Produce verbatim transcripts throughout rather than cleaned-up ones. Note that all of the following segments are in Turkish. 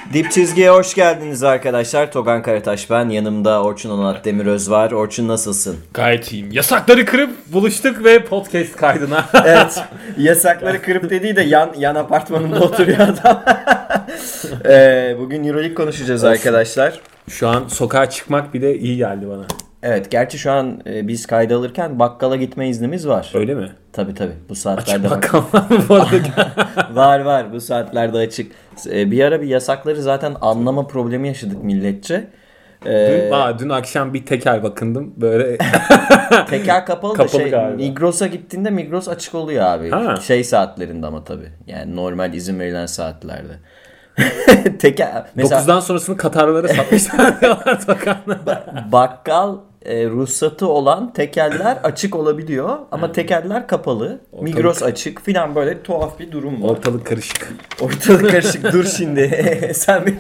Dip çizgiye hoş geldiniz arkadaşlar. Togan Karataş ben. Yanımda Orçun Onat Demiröz var. Orçun nasılsın? Gayet iyiyim. Yasakları kırıp buluştuk ve podcast kaydına. Evet. Yasakları kırıp dediği de yan yan apartmanında oturuyor adam. ee, bugün Euroleague konuşacağız Olsun. arkadaşlar. Şu an sokağa çıkmak bile iyi geldi bana. Evet. Gerçi şu an e, biz kayda alırken bakkala gitme iznimiz var. Öyle mi? Tabii tabii. Bu saatlerde açık bakkal var mı bu arada? var var. Bu saatlerde açık. E, bir ara bir yasakları zaten anlama problemi yaşadık milletçe. Ee, dün, aa, dün akşam bir tekel bakındım böyle. Tekel kapalı, kapalı da şey galiba. Migros'a gittiğinde Migros açık oluyor abi. Ha. Şey saatlerinde ama tabii. Yani normal izin verilen saatlerde. Tekel mesela dokuzdan sonrasını Katarlılara satmışlar diyorlar bakanlar. Bakkal e, ruhsatı olan tekeller açık olabiliyor ama tekeller kapalı. Ortalık. Migros açık filan, böyle tuhaf bir durum var. Ortalık karışık. Ortalık karışık. Dur şimdi. Sen bir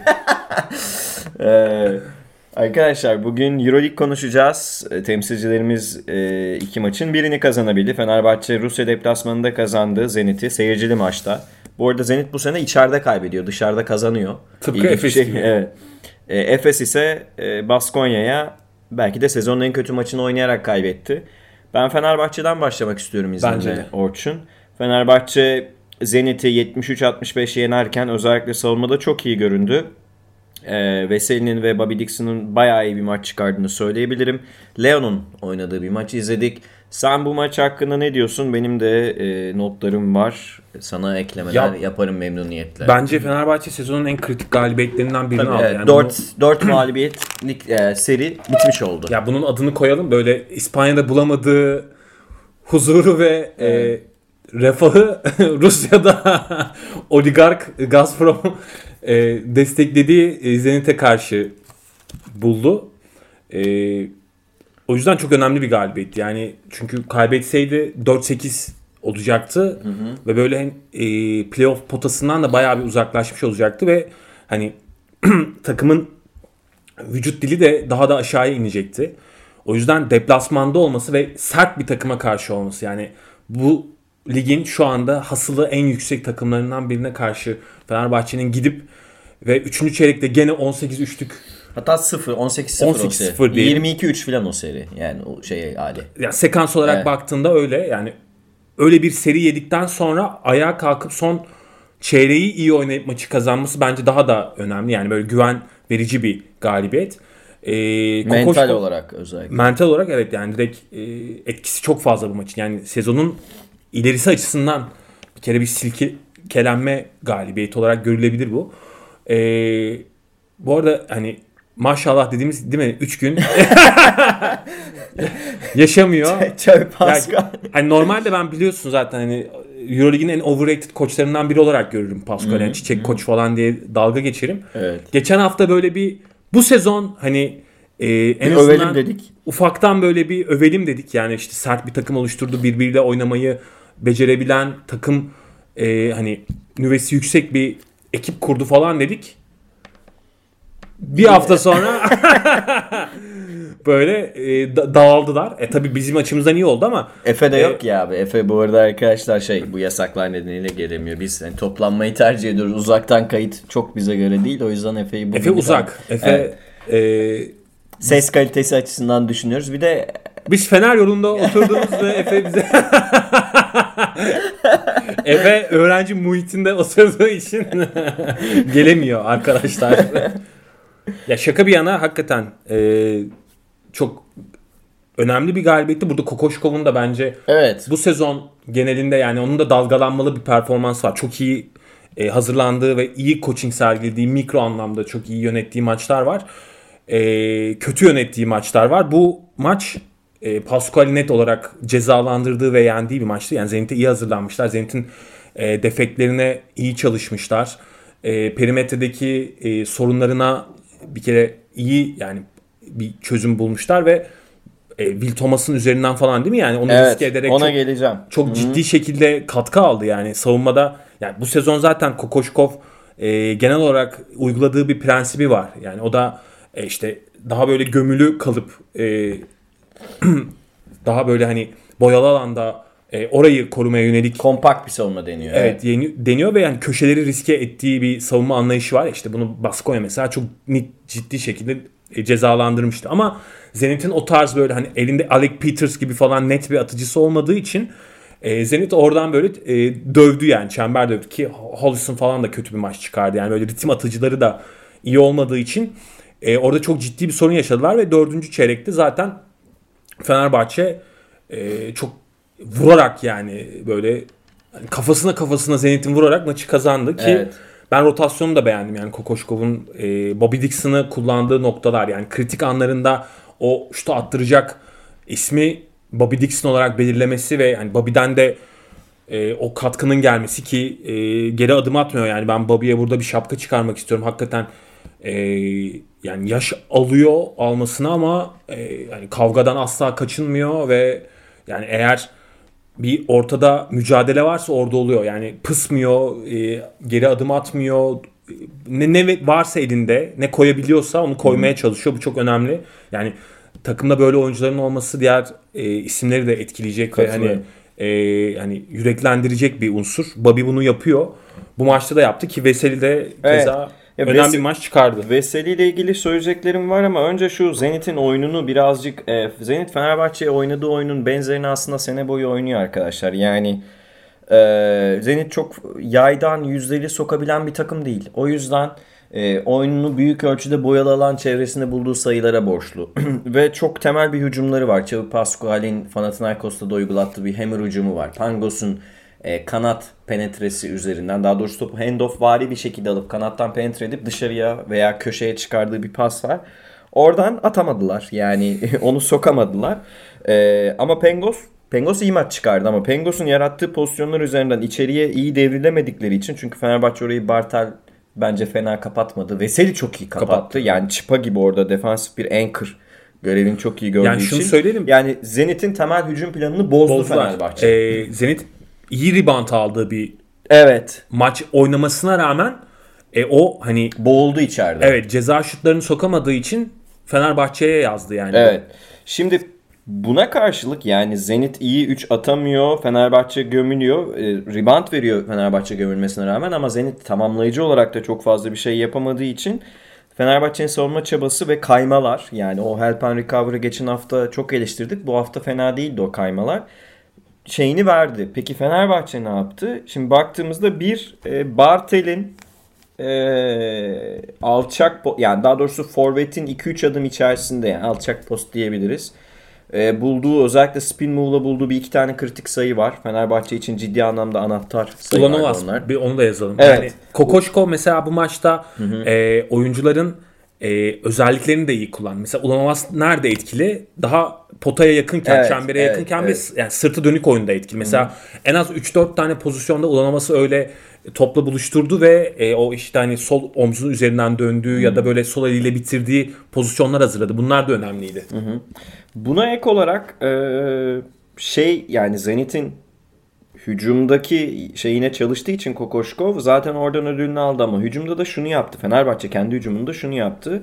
ee, Arkadaşlar bugün Euroleague konuşacağız. Temsilcilerimiz e, iki maçın birini kazanabildi. Fenerbahçe Rusya deplasmanında kazandı Zenit'i seyircili maçta. Bu arada Zenit bu sene içeride kaybediyor, dışarıda kazanıyor. Tıpkı Efes şey. gibi. Evet. E, Efes ise e, Baskonya'ya belki de sezonun en kötü maçını oynayarak kaybetti. Ben Fenerbahçe'den başlamak istiyorum izninle Orçun. Fenerbahçe Zenit'i yetmiş üç altmış beş yenerken özellikle savunmada çok iyi göründü. E, Veseli'nin ve Bobby Dixon'ın bayağı iyi bir maç çıkardığını söyleyebilirim. Leon'un oynadığı bir maç izledik. Sen bu maç hakkında ne diyorsun? Benim de e, notlarım var. Sana eklemeler ya, yaparım memnuniyetle. Bence Fenerbahçe sezonun en kritik galibiyetlerinden birini Tabii, aldı. Yani dört dört mağlubiyetlik e, seri bitmiş oldu. Ya bunun adını koyalım. Böyle İspanya'da bulamadığı huzuru ve evet. e, refahı Rusya'da oligark Gazprom e, desteklediği Zenit'e karşı buldu. E, o yüzden çok önemli bir galibiyet. Yani çünkü kaybetseydi dört sekiz olacaktı. Hı hı. Ve böyle e, playoff potasından da bayağı bir uzaklaşmış olacaktı ve hani takımın vücut dili de daha da aşağıya inecekti. O yüzden deplasmanda olması ve sert bir takıma karşı olması, yani bu ligin şu anda hasılı en yüksek takımlarından birine karşı Fenerbahçe'nin gidip ve üçüncü çeyrekte gene on sekiz üçlük, hatta sıfır on sekiz sıfır yirmi iki üç falan o seri, yani o şey hali. Yani sekans olarak evet. baktığında öyle, yani öyle bir seri yedikten sonra ayağa kalkıp son çeyreği iyi oynayıp maçı kazanması bence daha da önemli. Yani böyle güven verici bir galibiyet. Ee, mental Kokoşko, olarak özellikle. Mental olarak evet, yani direkt e, etkisi çok fazla bu maçın. Yani sezonun ilerisi açısından bir kere bir silkelenme galibiyeti olarak görülebilir bu. Ee, bu arada hani maşallah dediğimiz değil mi? üç gün yaşamıyor. Çay Pascal. Yani, hani normalde ben biliyorsun zaten hani Euroleague'in en overrated koçlarından biri olarak görürüm Pascal. Yani çiçek koç falan diye dalga geçerim. Evet. Geçen hafta böyle bir bu sezon hani e, en bir azından övelim dedik. Ufaktan böyle bir övelim dedik. Yani işte sert bir takım oluşturdu. Birbiriyle oynamayı becerebilen takım, e, hani nüvesi yüksek bir ekip kurdu falan dedik. Bir hafta sonra böyle e, da- dağıldılar. E tabii bizim açımızdan iyi oldu ama Efe'de e, yok ya abi. Efe bu arada arkadaşlar şey, bu yasaklar nedeniyle gelemiyor. Biz yani toplanmayı tercih ediyoruz. Uzaktan kayıt çok bize göre değil. O yüzden Efe'yi bugün Efe uzak. Daha... Efe evet. e... ses kalitesi açısından düşünüyoruz. Bir de biz Fener yolunda oturdunuz ve Efe bize Efe öğrenci muhitinde oturduğu için gelemiyor arkadaşlar. Ya şaka bir yana hakikaten e, çok önemli bir galibiyetti. Burada Kokoşkov'un da bence evet. bu sezon genelinde, yani onun da dalgalanmalı bir performans var. Çok iyi e, hazırlandığı ve iyi coaching sergilediği, mikro anlamda çok iyi yönettiği maçlar var. E, kötü yönettiği maçlar var. Bu maç e, Pascal'i net olarak cezalandırdığı ve yendiği bir maçtı. Yani Zenit'e iyi hazırlanmışlar. Zenit'in e, defektlerine iyi çalışmışlar. E, perimetredeki e, sorunlarına bir kere iyi, yani bir çözüm bulmuşlar ve e, Will Thomas'ın üzerinden falan değil mi? Yani onu evet, riske ederek ona çok, geleceğim. çok ciddi şekilde katkı aldı yani savunmada. Yani bu sezon zaten Kokoşkov e, genel olarak uyguladığı bir prensibi var. Yani o da e, işte daha böyle gömülü kalıp e, daha böyle hani boyalı alanda e, orayı korumaya yönelik kompakt bir savunma deniyor. Evet, evet. Yeni, deniyor ve yani köşeleri riske ettiği bir savunma anlayışı var. İşte bunu Baskonya mesela çok ciddi şekilde e, cezalandırmıştı. Ama Zenit'in o tarz böyle hani elinde Alec Peters gibi falan net bir atıcısı olmadığı için e, Zenit oradan böyle e, dövdü yani çember dövdü ki Hollison falan da kötü bir maç çıkardı. Yani böyle ritim atıcıları da iyi olmadığı için e, orada çok ciddi bir sorun yaşadılar ve dördüncü çeyrekte zaten Fenerbahçe e, çok vurarak yani böyle kafasına kafasına Zenit'in vurarak maçı kazandı ki evet. Ben rotasyonu da beğendim yani Kokoşkov'un e, Bobby Dixon'ı kullandığı noktalar yani kritik anlarında o şutu attıracak ismi Bobby Dixon olarak belirlemesi ve yani Bobby'den de e, o katkının gelmesi ki e, geri adım atmıyor yani ben Bobby'ye burada bir şapka çıkarmak istiyorum hakikaten e, yani yaş alıyor almasına ama e, yani kavgadan asla kaçınmıyor ve yani eğer bir ortada mücadele varsa orada oluyor. Yani pısmıyor, e, geri adım atmıyor. Ne, ne varsa elinde, ne koyabiliyorsa onu koymaya çalışıyor. Bu çok önemli. Yani takımda böyle oyuncuların olması diğer e, isimleri de etkileyecek ve hani e, yani yüreklendirecek bir unsur. Bobby bunu yapıyor. Bu maçta da yaptı ki Veseli de keza evet. Ya önemli Ves- bir maç çıkardı. Veseli ile ilgili söyleyeceklerim var ama önce şu Zenit'in oyununu birazcık e, Zenit Fenerbahçe'ye oynadığı oyunun benzerini aslında sene boyu oynuyor arkadaşlar. Yani e, Zenit çok yaydan yüzdeli sokabilen bir takım değil. O yüzden e, oyununu büyük ölçüde boyalı alan çevresinde bulduğu sayılara borçlu. Ve çok temel bir hücumları var. Xavi Pascual'in Panathinaikos'ta da uygulattığı bir hammer hücumu var. Pangos'un E, kanat penetresi üzerinden daha doğrusu topu handoff vari bir şekilde alıp kanattan penetre edip dışarıya veya köşeye çıkardığı bir pas var. Oradan atamadılar. Yani onu sokamadılar. E, ama Pengos Pengos iyi maç çıkardı ama Pengos'un yarattığı pozisyonlar üzerinden içeriye iyi devrilemedikleri için çünkü Fenerbahçe orayı Bartel bence fena kapatmadı. Veseli çok iyi kapattı. kapattı. Yani çıpa gibi orada defansif bir anchor görevini çok iyi gördüğü yani şunu için. Söyleyelim. Yani Zenit'in temel hücum planını bozdu Bozdular. Fenerbahçe. Ee, Zenit iyi rebound aldığı bir evet. maç oynamasına rağmen e, o hani boğuldu içeride. Evet, ceza şutlarını sokamadığı için Fenerbahçe'ye yazdı yani. Evet. Şimdi buna karşılık yani Zenit iyi üç atamıyor, Fenerbahçe gömülüyor. E, rebound veriyor Fenerbahçe gömülmesine rağmen ama Zenit tamamlayıcı olarak da çok fazla bir şey yapamadığı için Fenerbahçe'nin savunma çabası ve kaymalar yani o help and recover'ı geçen hafta çok eleştirdik. Bu hafta fena değildi o kaymalar. Şeyini verdi. Peki Fenerbahçe ne yaptı? Şimdi baktığımızda bir e, Bartel'in e, alçak yani daha doğrusu forvetin iki üç adım içerisinde yani alçak post diyebiliriz. E, bulduğu özellikle spin move'la bulduğu bir iki tane kritik sayı var. Fenerbahçe için ciddi anlamda anahtar sayılar onlar. Bir onu da yazalım. Evet. Yani Kokoşko mesela bu maçta e, oyuncuların e, özelliklerini de iyi kullandı. Mesela Ulanovas nerede etkili? Daha potaya yakınken, evet, çembere evet, yakınken evet. ve yani sırtı dönük oyunda etkili. Mesela Hı-hı. en az üç dört tane pozisyonda Ulanovas'ı öyle topla buluşturdu ve e, o işte hani sol omzunun üzerinden döndüğü Hı-hı. ya da böyle sol eliyle bitirdiği pozisyonlar hazırladı. Bunlar da önemliydi. Hı-hı. Buna ek olarak e, şey yani Zenit'in hücumdaki şeyine çalıştığı için Kokoşkov zaten oradan ödülünü aldı ama hücumda da şunu yaptı. Fenerbahçe kendi hücumunda şunu yaptı.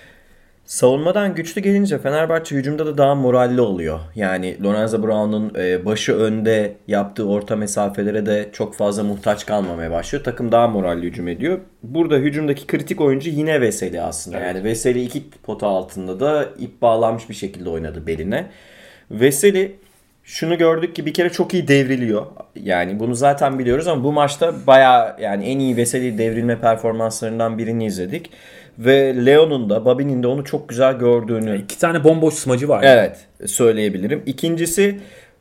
Savunmadan güçlü gelince Fenerbahçe hücumda da daha moralli oluyor. Yani Lorenzo Brown'un başı önde yaptığı orta mesafelere de çok fazla muhtaç kalmamaya başlıyor. Takım daha moralli hücum ediyor. Burada hücumdaki kritik oyuncu yine Veseli aslında. Evet. Yani Veseli iki pota altında da ip bağlanmış bir şekilde oynadı beline. Veseli şunu gördük ki bir kere çok iyi devriliyor. Yani bunu zaten biliyoruz ama bu maçta bayağı yani en iyi Veseli devrilme performanslarından birini izledik. Ve Leon'un da Bobby'nin de onu çok güzel gördüğünü. İki tane bomboş smacı var. Evet söyleyebilirim. İkincisi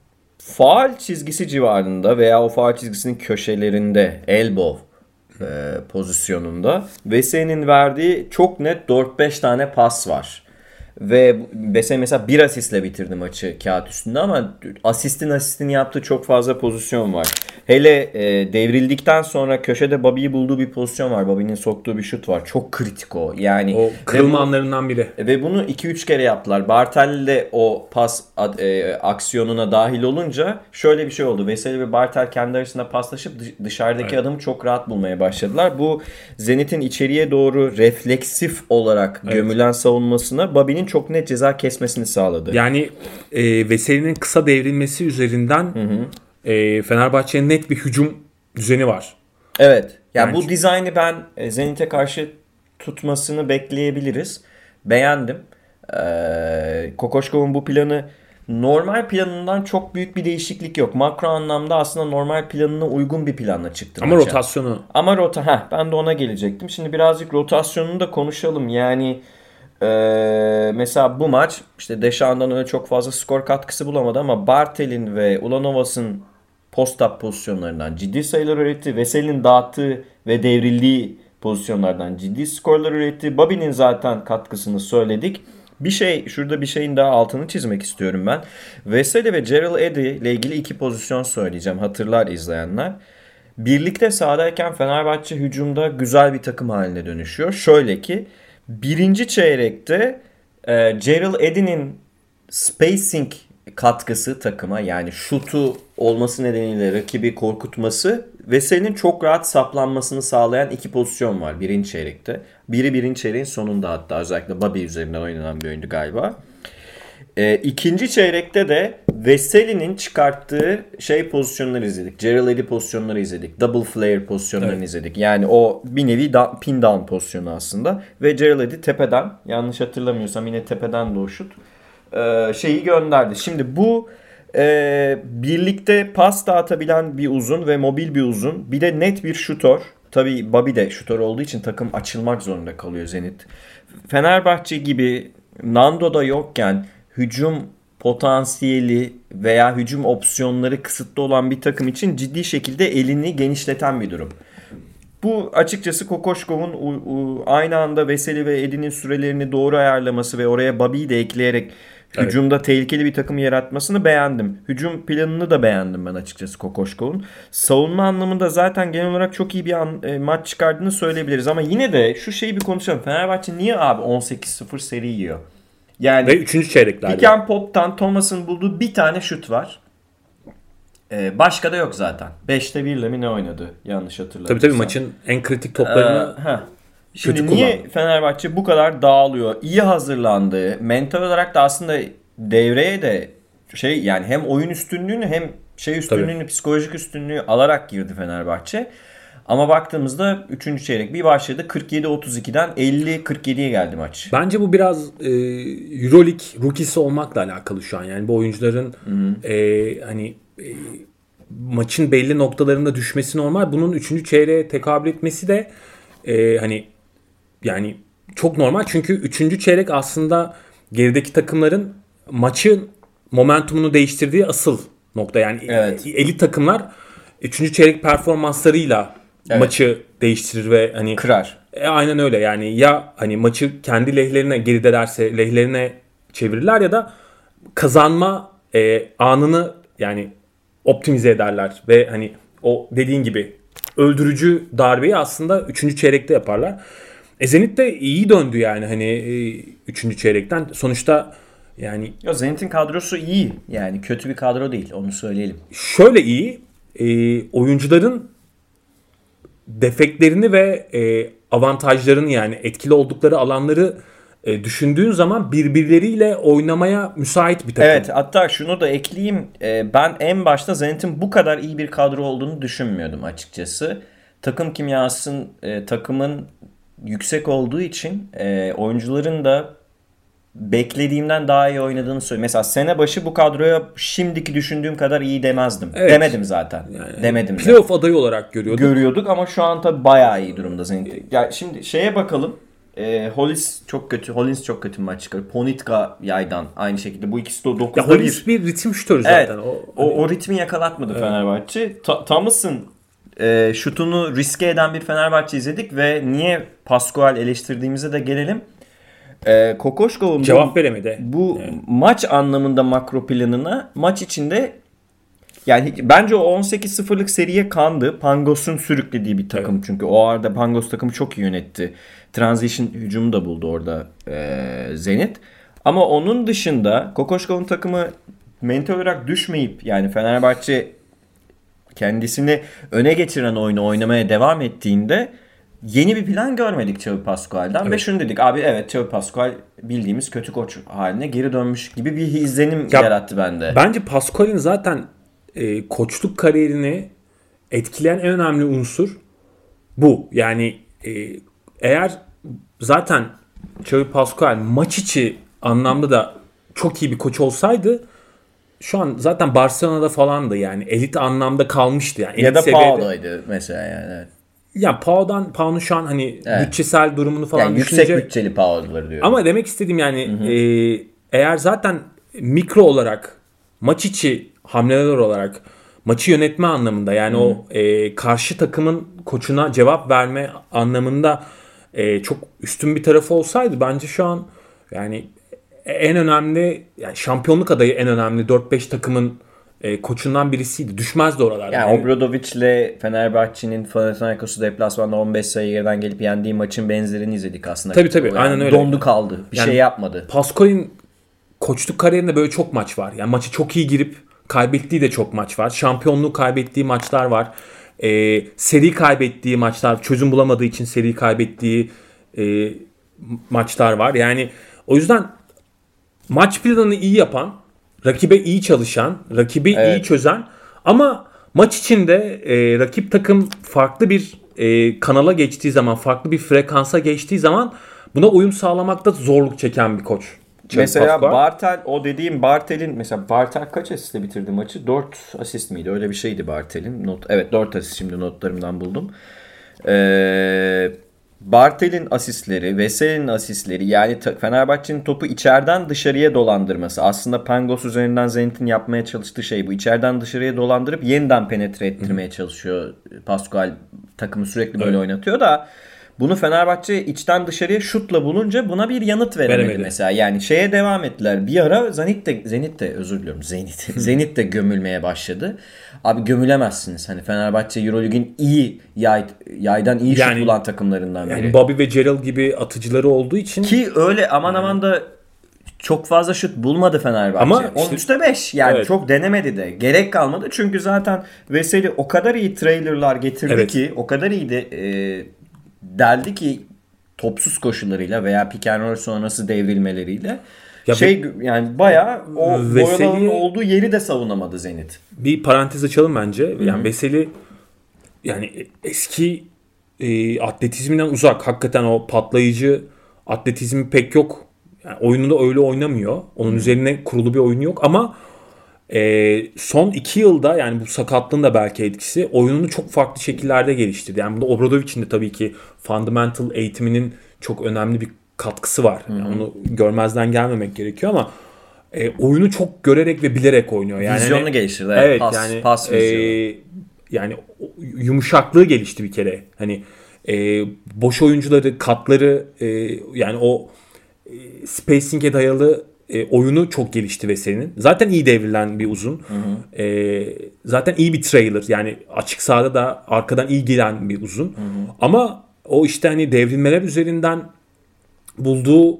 faul çizgisi civarında veya o faul çizgisinin köşelerinde elbow e, pozisyonunda Veseli'nin verdiği çok net dört beş tane pas var. Ve Veseli mesela bir asistle bitirdi maçı kağıt üstünde ama asistin asistini yaptığı çok fazla pozisyon var. Hele e, devrildikten sonra köşede Bobby'yi bulduğu bir pozisyon var. Bobby'nin soktuğu bir şut var. Çok kritik o. Yani o kırılma anlarından biri. Ve bunu iki üç kere yaptılar. Bartel de o pas e, aksiyonuna dahil olunca şöyle bir şey oldu. Veseli ve Bartel kendi arasında paslaşıp dışarıdaki evet. adamı çok rahat bulmaya başladılar. Bu Zenit'in içeriye doğru refleksif olarak evet. gömülen savunmasına Bobby'nin çok net ceza kesmesini sağladı. Yani e, Veseli'nin kısa devrilmesi üzerinden hı hı. e, Fenerbahçe'nin net bir hücum düzeni var. Evet. Yani, yani bu dizaynı ben Zenit'e karşı tutmasını bekleyebiliriz. Beğendim. Ee, Kokoşkov'un bu planı normal planından çok büyük bir değişiklik yok. Makro anlamda aslında normal planına uygun bir planla çıktı. Ama maça. rotasyonu. Ama rota, heh, ben de ona gelecektim. Şimdi birazcık rotasyonunu da konuşalım. Yani ee, mesela bu maç işte Deşan'dan öyle çok fazla skor katkısı bulamadı ama Bartel'in ve Ulanovas'ın post-up pozisyonlarından ciddi sayılar üretti. Vesel'in dağıttığı ve devrildiği pozisyonlardan ciddi skorlar üretti. Bobby'nin zaten katkısını söyledik. Bir şey, şurada bir şeyin daha altını çizmek istiyorum ben. Veseli ve Gerald Eddy ile ilgili iki pozisyon söyleyeceğim. Hatırlar izleyenler. Birlikte sahadayken Fenerbahçe hücumda güzel bir takım haline dönüşüyor. Şöyle ki birinci çeyrekte e, Gerald Eddy'nin spacing katkısı takıma, yani şutu olması nedeniyle rakibi korkutması, Veseli'nin çok rahat saplanmasını sağlayan iki pozisyon var birinci çeyrekte. Biri birinci çeyreğin sonunda, hatta özellikle Bobby üzerinden oynanan bir oyundu galiba. E, ikinci çeyrekte de Veseli'nin çıkarttığı şey pozisyonları izledik. Gerald Eddy pozisyonları izledik. Double flare pozisyonlarını evet. izledik. Yani o bir nevi da, pin down pozisyonu aslında. Ve Gerald Eddy tepeden, yanlış hatırlamıyorsam yine tepeden de o şut e, şeyi gönderdi. Şimdi bu e, birlikte pas dağıtabilen bir uzun ve mobil bir uzun. Bir de net bir şutör. Tabii Bobby de şutör olduğu için takım açılmak zorunda kalıyor Zenit. Fenerbahçe gibi Nando'da yokken hücum potansiyeli veya hücum opsiyonları kısıtlı olan bir takım için ciddi şekilde elini genişleten bir durum. Bu açıkçası Kokoşkov'un aynı anda Veseli ve Eddy'nin sürelerini doğru ayarlaması ve oraya Bobby'yi de ekleyerek evet. hücumda tehlikeli bir takım yaratmasını beğendim. Hücum planını da beğendim ben açıkçası Kokoşkov'un. Savunma anlamında zaten genel olarak çok iyi bir an, e, maç çıkardığını söyleyebiliriz. Ama yine de şu şeyi bir konuşalım. Fenerbahçe niye abi on sekiz sıfır seri yiyor? Yani ve üçüncü çeyreklerde. Pick and Pop'tan Thomas'ın bulduğu bir tane şut var. Ee, başka da yok zaten. beşte birle mi ne oynadı? Yanlış hatırlamıyorsam. Tabii tabii maçın en kritik toplarını ee, Şimdi kötü niye kullandı. Fenerbahçe bu kadar dağılıyor? İyi hazırlandı. Mental olarak da aslında devreye de şey, yani hem oyun üstünlüğünü hem şey üstünlüğünü, tabii. psikolojik üstünlüğü alarak girdi Fenerbahçe. Ama baktığımızda üçüncü çeyrek bir başladı. kırk yedi otuz ikiden elli kırk yediye geldi maç. Bence bu biraz e, Euroleague rookie'si olmakla alakalı şu an. Yani bu oyuncuların e, hani e, maçın belli noktalarında düşmesi normal. Bunun üçüncü çeyreğe tekabül etmesi de e, hani yani çok normal. Çünkü üçüncü çeyrek aslında gerideki takımların maçın momentumunu değiştirdiği asıl nokta. Yani evet. elit takımlar üçüncü çeyrek performanslarıyla evet. maçı değiştirir ve hani kırar. E, aynen öyle. Yani ya hani maçı kendi lehlerine geridelerse lehlerine çevirirler ya da kazanma e, anını yani optimize ederler ve hani o dediğin gibi öldürücü darbeyi aslında üçüncü çeyrekte yaparlar. E Zenit de iyi döndü yani hani üçüncü çeyrekten. Sonuçta yani ya Zenit'in kadrosu iyi. Yani kötü bir kadro değil, onu söyleyelim. Şöyle iyi. E, oyuncuların defektlerini ve e, avantajlarını, yani etkili oldukları alanları e, düşündüğün zaman birbirleriyle oynamaya müsait bir takım. Evet, hatta şunu da ekleyeyim. E, ben en başta Zenit'in bu kadar iyi bir kadro olduğunu düşünmüyordum açıkçası. Takım kimyasının, e, takımın yüksek olduğu için e, oyuncuların da beklediğimden daha iyi oynadığını söylüyorum. Mesela sene başı bu kadroya şimdiki düşündüğüm kadar iyi demezdim. Evet. Demedim zaten. Yani Demedim. Playoff de. adayı olarak görüyorduk. Görüyorduk ama şu an tabii bayağı iyi durumda Zenit. Ya şimdi şeye bakalım. E, Hollis çok kötü. Hollins çok kötü bir maç çıkarıyor. Ponitka yaydan aynı şekilde. Bu ikisi de dokuzda bir. Hollis bir ritim şutörü zaten. Evet. O, o, o ritmi yakalatmadı evet. Fenerbahçe. Ta- Thomas'ın e, şutunu riske eden bir Fenerbahçe izledik ve niye Pascual eleştirdiğimize de gelelim. Ee, Kokoşkov'un cevap bu, veremedi. Bu evet. maç anlamında makro planına maç içinde yani bence o on sekiz sıfırlık seriye kandı. Pangos'un sürüklediği bir takım evet. çünkü o arada Pangos takımı çok iyi yönetti. Transition hücumu da buldu orada e, Zenit. Ama onun dışında Kokoşkov'un takımı mental olarak düşmeyip yani Fenerbahçe kendisini öne geçiren oyunu oynamaya devam ettiğinde yeni bir plan görmedik Xavi Pascual'dan evet. ve şunu dedik abi evet Xavi Pascual bildiğimiz kötü koç haline geri dönmüş gibi bir izlenim ya, yarattı bende. Bence Pascual'in zaten e, koçluk kariyerini etkileyen en önemli unsur bu. Yani e, eğer zaten Xavi Pascual maç içi anlamda da çok iyi bir koç olsaydı şu an zaten Barcelona'da falandı, yani elit anlamda kalmıştı. Yani ya da seviyede... Pau'daydı mesela yani. Evet. Ya Pau'dan Pau'nun şu an hani evet. bütçesel durumunu falan yani düşününce... yüksek bütçeli Pau'ları diyorum. Ama demek istediğim yani e, eğer zaten mikro olarak maç içi hamleler olarak maçı yönetme anlamında, yani hı-hı, o e, karşı takımın koçuna cevap verme anlamında e, çok üstün bir tarafı olsaydı bence şu an yani en önemli, yani şampiyonluk adayı en önemli dört beş takımın e, koçundan birisiydi. Düşmezdi oralarda. Yani, yani Obradovic'le Fenerbahçe'nin Panathinaikos'u deplasmanda on beş sayı geriden gelip yendiği maçın benzerini izledik aslında. Tabii tabii. Yani aynen öyle. Dondu kaldı. Bir yani, şey yapmadı. Pascual'in koçluk kariyerinde böyle çok maç var. Yani maçı çok iyi girip kaybettiği de çok maç var. Şampiyonluğu kaybettiği maçlar var. E, seri kaybettiği maçlar, çözüm bulamadığı için seri kaybettiği e, maçlar var. Yani o yüzden maç planını iyi yapan, rakibe iyi çalışan, rakibi evet. iyi çözen ama maç içinde e, rakip takım farklı bir e, kanala geçtiği zaman, farklı bir frekansa geçtiği zaman buna uyum sağlamakta zorluk çeken bir koç. Mesela Pascual. Bartel, o dediğim Bartel'in, mesela Bartel kaç asistle bitirdi maçı? dört asist miydi? Öyle bir şeydi Bartel'in. Not, evet dört asist, şimdi notlarımdan buldum. Eee Bartel'in asistleri, Veseli'nin asistleri, yani Fenerbahçe'nin topu içeriden dışarıya dolandırması. Aslında Pangos üzerinden Zenit'in yapmaya çalıştığı şey bu. İçeriden dışarıya dolandırıp yeniden penetre ettirmeye çalışıyor. Pascual takımı sürekli böyle evet. oynatıyor da bunu Fenerbahçe içten dışarıya şutla bulunca buna bir yanıt veremedi, veremedi. Mesela. Yani şeye devam ettiler. Bir ara Zenit de, Zenit de özür diliyorum Zenit. Zenit de gömülmeye başladı. Abi gömülemezsiniz. Hani Fenerbahçe Eurolig'in iyi yay, yaydan iyi yani, şut bulan takımlarından biri. Yani Bobby ve Gerald gibi atıcıları olduğu için. Ki öyle aman yani. aman da çok fazla şut bulmadı Fenerbahçe. Ama işte, on üçte beş yani evet. çok denemedi de. Gerek kalmadı. Çünkü zaten Veseli o kadar iyi trailerlar getirdi evet. ki, o kadar iyi de e, deldi ki topsuz koşularıyla veya pick and roll sonrası devrilmeleriyle. Ya şey be, yani bayağı o Vesel'in olduğu yeri de savunamadı Zenit. Bir parantez açalım bence. Hı-hı. Yani Veseli yani eski e, atletizminden uzak. Hakikaten o patlayıcı atletizmi pek yok. Yani oyununda öyle oynamıyor. Onun Hı-hı. üzerine kurulu bir oyun yok ama e, son iki yılda, yani bu sakatlığın da belki etkisi, oyununu çok farklı şekillerde geliştirdi. Yani bunda Obradovic'in de tabii ki fundamental eğitiminin çok önemli bir katkısı var. Yani onu görmezden gelmemek gerekiyor ama e, oyunu çok görerek ve bilerek oynuyor. Yani vizyonunu hani, geliştirdi. Evet, pas, yani pas e, yani yumuşaklığı gelişti bir kere. Hani e, boş oyuncuları, katları, e, yani o e, spacing'e dayalı e, oyunu çok gelişti Veseli'nin. Zaten iyi devrilen bir uzun. Hı hı. E, zaten iyi bir trailer. Yani açık sahada da arkadan iyi gelen bir uzun. Hı hı. Ama o işte hani devrilmeler üzerinden bulduğu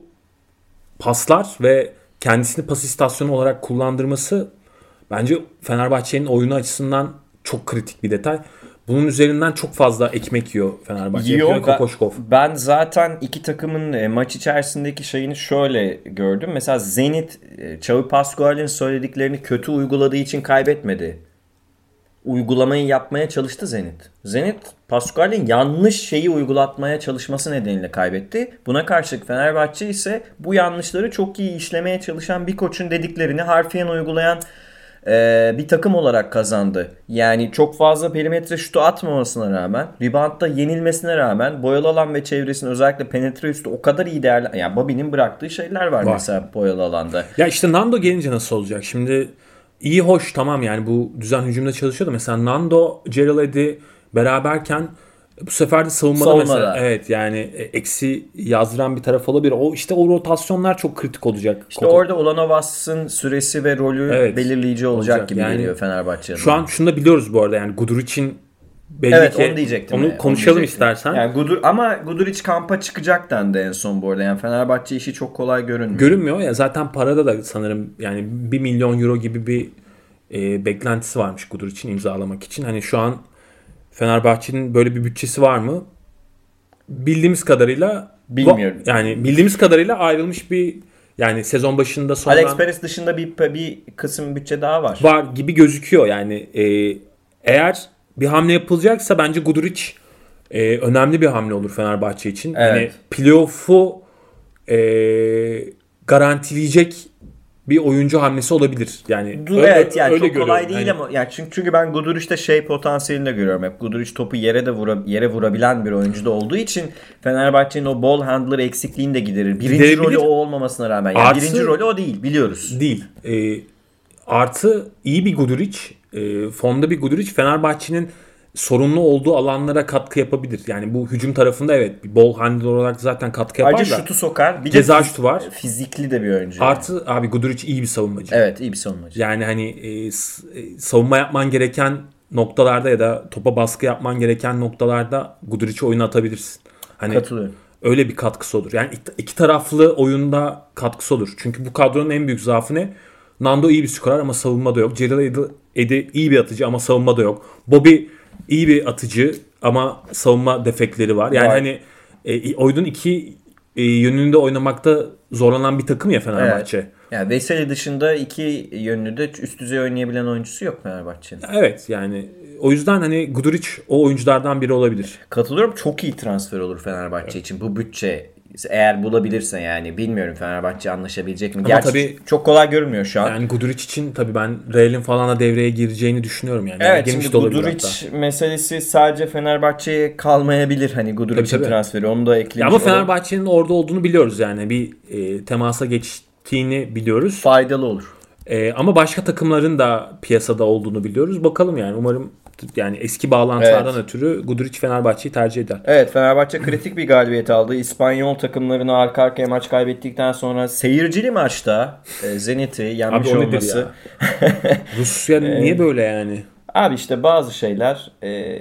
paslar ve kendisini pas istasyonu olarak kullandırması bence Fenerbahçe'nin oyunu açısından çok kritik bir detay. Bunun üzerinden çok fazla ekmek yiyor Fenerbahçe. Yiyor. Ben, ben zaten iki takımın maç içerisindeki şeyini şöyle gördüm. Mesela Zenit, Xavi Pascual'in söylediklerini kötü uyguladığı için kaybetmedi. Uygulamayı yapmaya çalıştı Zenit. Zenit, Pascual'in yanlış şeyi uygulatmaya çalışması nedeniyle kaybetti. Buna karşılık Fenerbahçe ise bu yanlışları çok iyi işlemeye çalışan bir koçun dediklerini harfiyen uygulayan e, bir takım olarak kazandı. Yani çok fazla perimetre şutu atmamasına rağmen, reboundda yenilmesine rağmen boyalı alan ve çevresini, özellikle penetre üstü o kadar iyi değerli. Yani Bobby'nin bıraktığı şeyler var, var mesela boyalı alanda. Ya işte Nando gelince nasıl olacak? Şimdi İyi hoş tamam, yani bu düzen hücumda çalışıyordu. Mesela Nando, Gerald Eddy beraberken bu sefer de savunmada, savunmada mesela evet yani eksi yazdıran bir taraf olabilir. O işte o rotasyonlar çok kritik olacak. İşte Koto. Orada Ulanovas'ın süresi ve rolü evet, belirleyici olacak, olacak gibi yani, geliyor Fenerbahçe'de. Şu an şunu da biliyoruz bu arada, yani Guduric'in belli evet, ki onu diyecektim. Onu yani, konuşalım onu istersen. Yani Gudur, ama Guduric kampa çıkacak dendi en son bu arada. Yani Fenerbahçe işi çok kolay görünmüyor. Görünmüyor ya, zaten parada da sanırım yani bir milyon euro gibi bir E, beklentisi varmış Gudur için imzalamak için. Hani şu an Fenerbahçe'nin böyle bir bütçesi var mı? Bildiğimiz kadarıyla bilmiyorum. Yani bildiğimiz kadarıyla ayrılmış bir Yani sezon başında sonra Alex Perez dışında bir bir kısım bütçe daha var. Var gibi gözüküyor. Yani e, eğer bir hamle yapılacaksa bence Guduric e, önemli bir hamle olur Fenerbahçe için. Evet. Yani playoff'u e, garantileyecek bir oyuncu hamlesi olabilir. Yani Du, evet yani öyle çok kolay görüyorum. değil yani, ama yani çünkü çünkü ben Guduric'te şey potansiyelini de görüyorum hep. Guduric topu yere de vura, yere vurabilen bir oyuncu da olduğu için Fenerbahçe'nin o ball handler eksikliğini de giderir. Birinci rolü o olmamasına rağmen. Yani Artı, birinci rolü o değil, biliyoruz. Değil. E, artı iyi bir Guduric, e, formda bir Guduric Fenerbahçe'nin sorunlu olduğu alanlara katkı yapabilir. Yani bu hücum tarafında evet bir ball handler olarak zaten katkı yapar Ayrıca da. şutu sokar. Bir ceza de şutu var. Fizikli de bir oyuncu. Artı yani. Abi Guduric iyi bir savunmacı. Evet, iyi bir savunmacı. Yani hani e, savunma yapman gereken noktalarda ya da topa baskı yapman gereken noktalarda Guduric'i oyuna atabilirsin. Hani Katılıyorum. Öyle bir katkısı olur. Yani iki taraflı oyunda katkısı olur. Çünkü bu kadronun en büyük zaafı ne? Nando iyi bir skorer ama savunmada yok. Celal Edi iyi bir atıcı ama savunmada yok. Bobby iyi bir atıcı ama savunma defekleri var. Yani var. hani e, oyunun iki e, yönünde oynamakta zorlanan bir takım ya Fenerbahçe. Evet. Yani Veseli dışında iki yönlü de üst düzey oynayabilen oyuncusu yok Fenerbahçe'nin. Evet yani o yüzden hani Guduric o oyunculardan biri olabilir. Katılıyorum, çok iyi transfer olur Fenerbahçe evet. için bu bütçe. Eğer bulabilirse yani bilmiyorum Fenerbahçe anlaşabilecek mi? Ama Gerçi tabii, çok kolay görünmüyor şu an. Yani Guduric için tabii ben Real'in falan da devreye gireceğini düşünüyorum yani. Evet yani şimdi Guduric hatta. meselesi sadece Fenerbahçe'ye kalmayabilir. Hani Guduric'in transferi onu da eklemiş. Ya ama Fenerbahçe'nin orada olduğunu biliyoruz yani. Bir e, temasa geçtiğini biliyoruz. Faydalı olur. E, ama başka takımların da piyasada olduğunu biliyoruz. Bakalım yani umarım yani eski bağlantılardan evet. ötürü Guduric Fenerbahçe'yi tercih eder. Evet, Fenerbahçe kritik bir galibiyet aldı. İspanyol takımlarını arka arkaya maç kaybettikten sonra seyircili maçta e, Zenit'i yenmiş abi olması. Rusya niye böyle yani? Abi işte bazı şeyler e,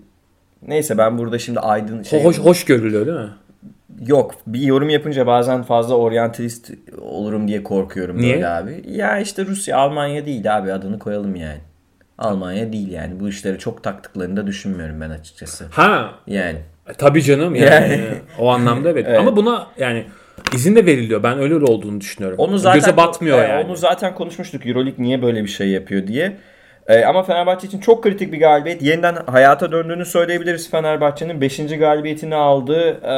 neyse ben burada şimdi aydın şey hoş hoş görülüyor değil mi? Yok, bir yorum yapınca bazen fazla oryantalist olurum diye korkuyorum niye? Böyle abi. Ya işte Rusya Almanya değil abi, adını koyalım yani. Almanya değil yani. Bu işleri çok taktıklarını da düşünmüyorum ben açıkçası. Ha. Yani. Tabii canım yani. yani. O anlamda evet. evet. Ama buna yani izin de veriliyor. Ben öyle olduğunu düşünüyorum. Onu zaten, göze batmıyor e, yani. Onu zaten konuşmuştuk. Euroleague niye böyle bir şey yapıyor diye. E, ama Fenerbahçe için çok kritik bir galibiyet. Yeniden hayata döndüğünü söyleyebiliriz Fenerbahçe'nin. beşinci galibiyetini aldı. E,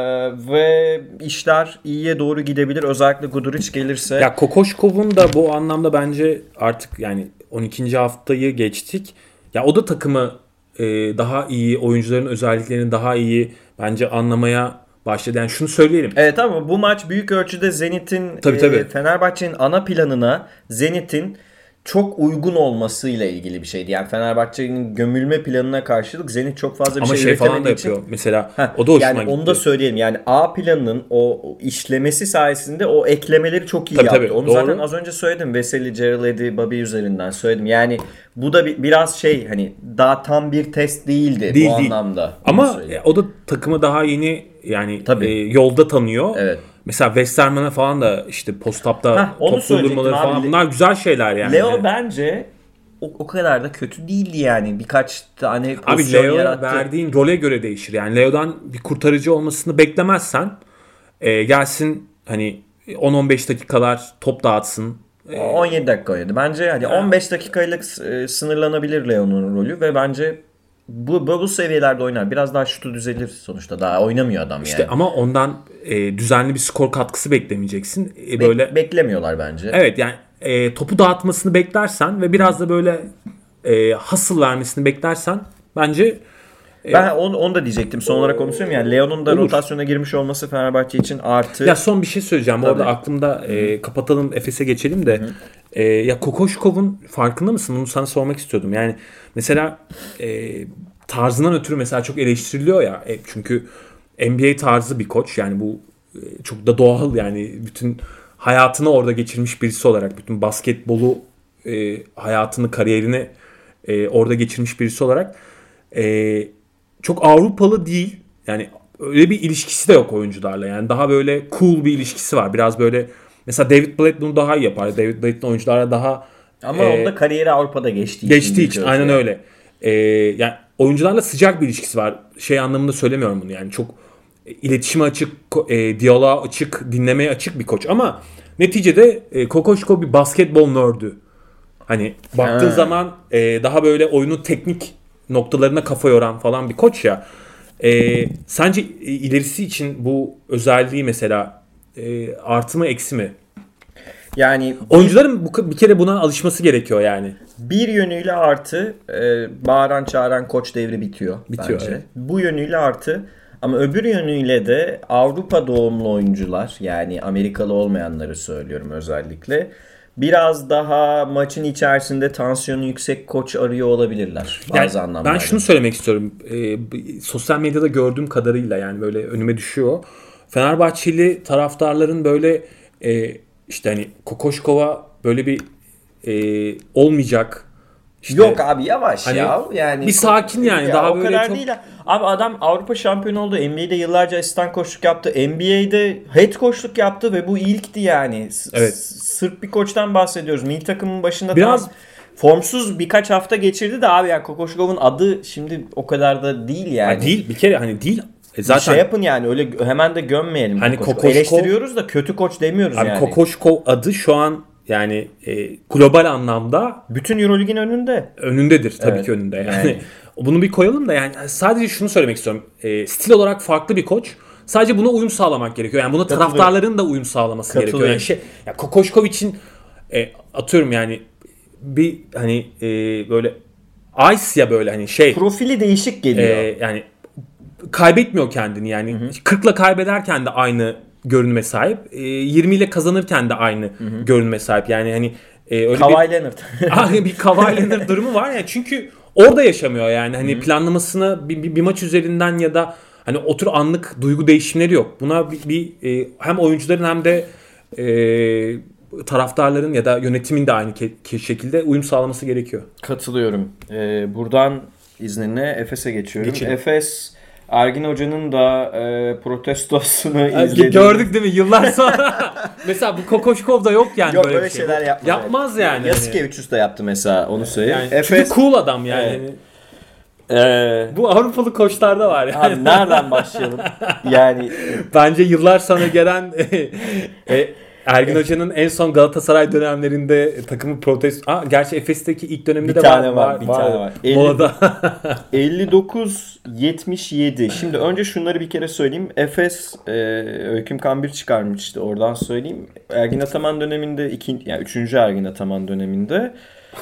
ve işler iyiye doğru gidebilir. Özellikle Guduric gelirse. Ya Kokoşkov'un da bu anlamda bence artık yani on ikinci haftayı geçtik. Ya o da takımı e, daha iyi, oyuncuların özelliklerini daha iyi bence anlamaya başladı. Yani şunu söyleyelim. Evet ama bu maç büyük ölçüde Zenit'in tabii, e, tabii. Fenerbahçe'nin ana planına Zenit'in çok uygun olmasıyla ilgili bir şeydi. Yani Fenerbahçe'nin gömülme planına karşılık Zenit çok fazla bir ama şey, şey falan da için... yapıyor. Mesela Heh, o da hoşuma yani gitti. Onu da söyleyelim. Yani A planının o işlemesi sayesinde o eklemeleri çok iyi tabii, yaptı. Tabii, Onu doğru. zaten az önce söyledim. Veseli, Gerald Eddy, Bobby üzerinden söyledim. Yani bu da bir, biraz şey hani daha tam bir test değildi değil, bu değil. anlamda. Ama o da takımı daha yeni yani e, yolda tanıyor. Evet. Mesela Westerman'a falan da işte post-up'ta top doldurmaları falan bunlar güzel şeyler yani. Leo bence o, o kadar da kötü değildi yani. Birkaç tane pozisyon Abi Leo'ya yarattı. verdiğin role göre değişir. Yani Leo'dan bir kurtarıcı olmasını beklemezsen e, gelsin hani on on beş dakikalar top dağıtsın. E, on yedi dakika oynadı. Bence hani on beş dakikaylık e, sınırlanabilir Leo'nun rolü ve bence bu, bu bu seviyelerde oynar. Biraz daha şutu düzelir sonuçta. Daha oynamıyor adam işte yani. Ama ondan e, düzenli bir skor katkısı beklemeyeceksin. E, böyle Bek, beklemiyorlar bence. Evet yani e, topu dağıtmasını beklersen ve biraz da böyle e, hustle vermesini beklersen bence e, ben onu, onu da diyecektim. Son olarak onu söyleyeyim. Yani Leo'nun da olur. Rotasyona girmiş olması Fenerbahçe için artı. Ya son bir şey söyleyeceğim. Tabii. Orada aklımda e, kapatalım Efes'e geçelim de. E, ya Kokoşkov'un farkında mısın? Bunu sana sormak istiyordum. Yani mesela e, tarzından ötürü mesela çok eleştiriliyor ya. E, çünkü N B A tarzı bir koç. Yani bu e, çok da doğal yani bütün hayatını orada geçirmiş birisi olarak, bütün basketbolu e, hayatını, kariyerini e, orada geçirmiş birisi olarak e, çok Avrupalı değil. Yani öyle bir ilişkisi de yok oyuncularla. Yani daha böyle cool bir ilişkisi var. Biraz böyle mesela David Blatt bunu daha iyi yapar. David Blatt'ın oyuncularla daha ama e, onda kariyeri Avrupa'da geçtiği için. Geçtiği için. Aynen yani. Öyle. E, yani oyuncularla sıcak bir ilişkisi var. Şey anlamında söylemiyorum bunu. Yani çok iletişime açık, e, diyaloğa açık, dinlemeye açık bir koç ama neticede e, Kokoşkov bir basketbol nerd'ü. Hani baktığın ha. zaman e, daha böyle oyunun teknik noktalarına kafa yoran falan bir koç ya. E, sence ilerisi için bu özelliği mesela e, artı mı eksi mi? Yani oyuncuların bu, bir kere buna alışması gerekiyor yani. Bir yönüyle artı, e, bağıran çağıran koç devri bitiyor, bitiyor bence. Evet. Bu yönüyle artı ama öbür yönüyle de Avrupa doğumlu oyuncular, yani Amerikalı olmayanları söylüyorum özellikle, biraz daha maçın içerisinde tansiyonu yüksek koç arıyor olabilirler bazı yani anlamlarda. Ben şunu söylemek istiyorum. E, sosyal medyada gördüğüm kadarıyla yani böyle önüme düşüyor. Fenerbahçeli taraftarların böyle e, işte hani Kokoşkov'a böyle bir e, olmayacak. İşte, yok abi yavaş hani ya. Yani bir sakin yani ya, daha o böyle kadar çok... değil. Abi adam Avrupa şampiyonu oldu. N B A'de yıllarca asistan koçluk yaptı. N B A'de head koçluk yaptı ve bu ilkti yani. Evet. Sırf bir koçtan bahsediyoruz. Milli takımın başında biraz tam formsuz birkaç hafta geçirdi de abi yani Kokoşkov'un adı şimdi o kadar da değil yani. Ha, değil bir kere hani değil. E zaten bir şey yapın yani öyle hemen de gömmeyelim. Hani Kokoşkov eleştiriyoruz da kötü koç demiyoruz abi yani. Kokoşkov adı şu an yani e, global anlamda bütün Eurolig'in önünde. Önündedir tabii evet, ki önünde. Yani, yani bunu bir koyalım da yani sadece şunu söylemek istiyorum. E, stil olarak farklı bir koç. Sadece buna uyum sağlamak gerekiyor. Yani buna taraftarların da uyum sağlaması gerekiyor. Yani şey ya Kokoşkov için e, atıyorum yani bir hani e, böyle ice ya böyle hani şey profili değişik geliyor. E, yani kaybetmiyor kendini yani. kırkla kaybederken de aynı görünüme sahip. E, yirmi ile kazanırken de aynı hı hı. görünüme sahip. Yani hani e, öyle Kawhi Leonard. bir bir Kawhi Leonard durumu var ya. Çünkü orada yaşamıyor yani. Hani hı hı. planlamasını bir, bir, bir maç üzerinden ya da hani otur anlık duygu değişimleri yok. Buna bir, bir e, hem oyuncuların hem de e, taraftarların ya da yönetimin de aynı ke- şekilde uyum sağlaması gerekiyor. Katılıyorum. Ee, buradan izninle Efes'e geçiyorum. Geçelim. Efes Ergin Hoca'nın da e, protestosunu izledim. Gördük değil mi? Yıllar sonra. Mesela bu Kokoşkov'da yok yani yok, böyle, böyle bir şey. şeyler yapmaz. Yapmaz yani. Yasikevicius da yaptı mesela onu söyleyeyim. Yani Efes... Çünkü cool adam yani. Evet. Ee, bu Avrupalı koçlarda var yani. Abi nereden başlayalım? Yani bence yıllar sonra gelen e, Ergin Hoca'nın en son Galatasaray dönemlerinde takımı protesto... Aa, gerçi Efes'teki ilk döneminde bir de tane var. var, bir var, tane var. Molada. elli dokuz yetmiş yedi. Şimdi önce şunları bir kere söyleyeyim. Efes e, Öyküm Kambir çıkarmıştı. Oradan söyleyeyim. Ergin Ataman döneminde ikinci yani üçüncü Ergin Ataman döneminde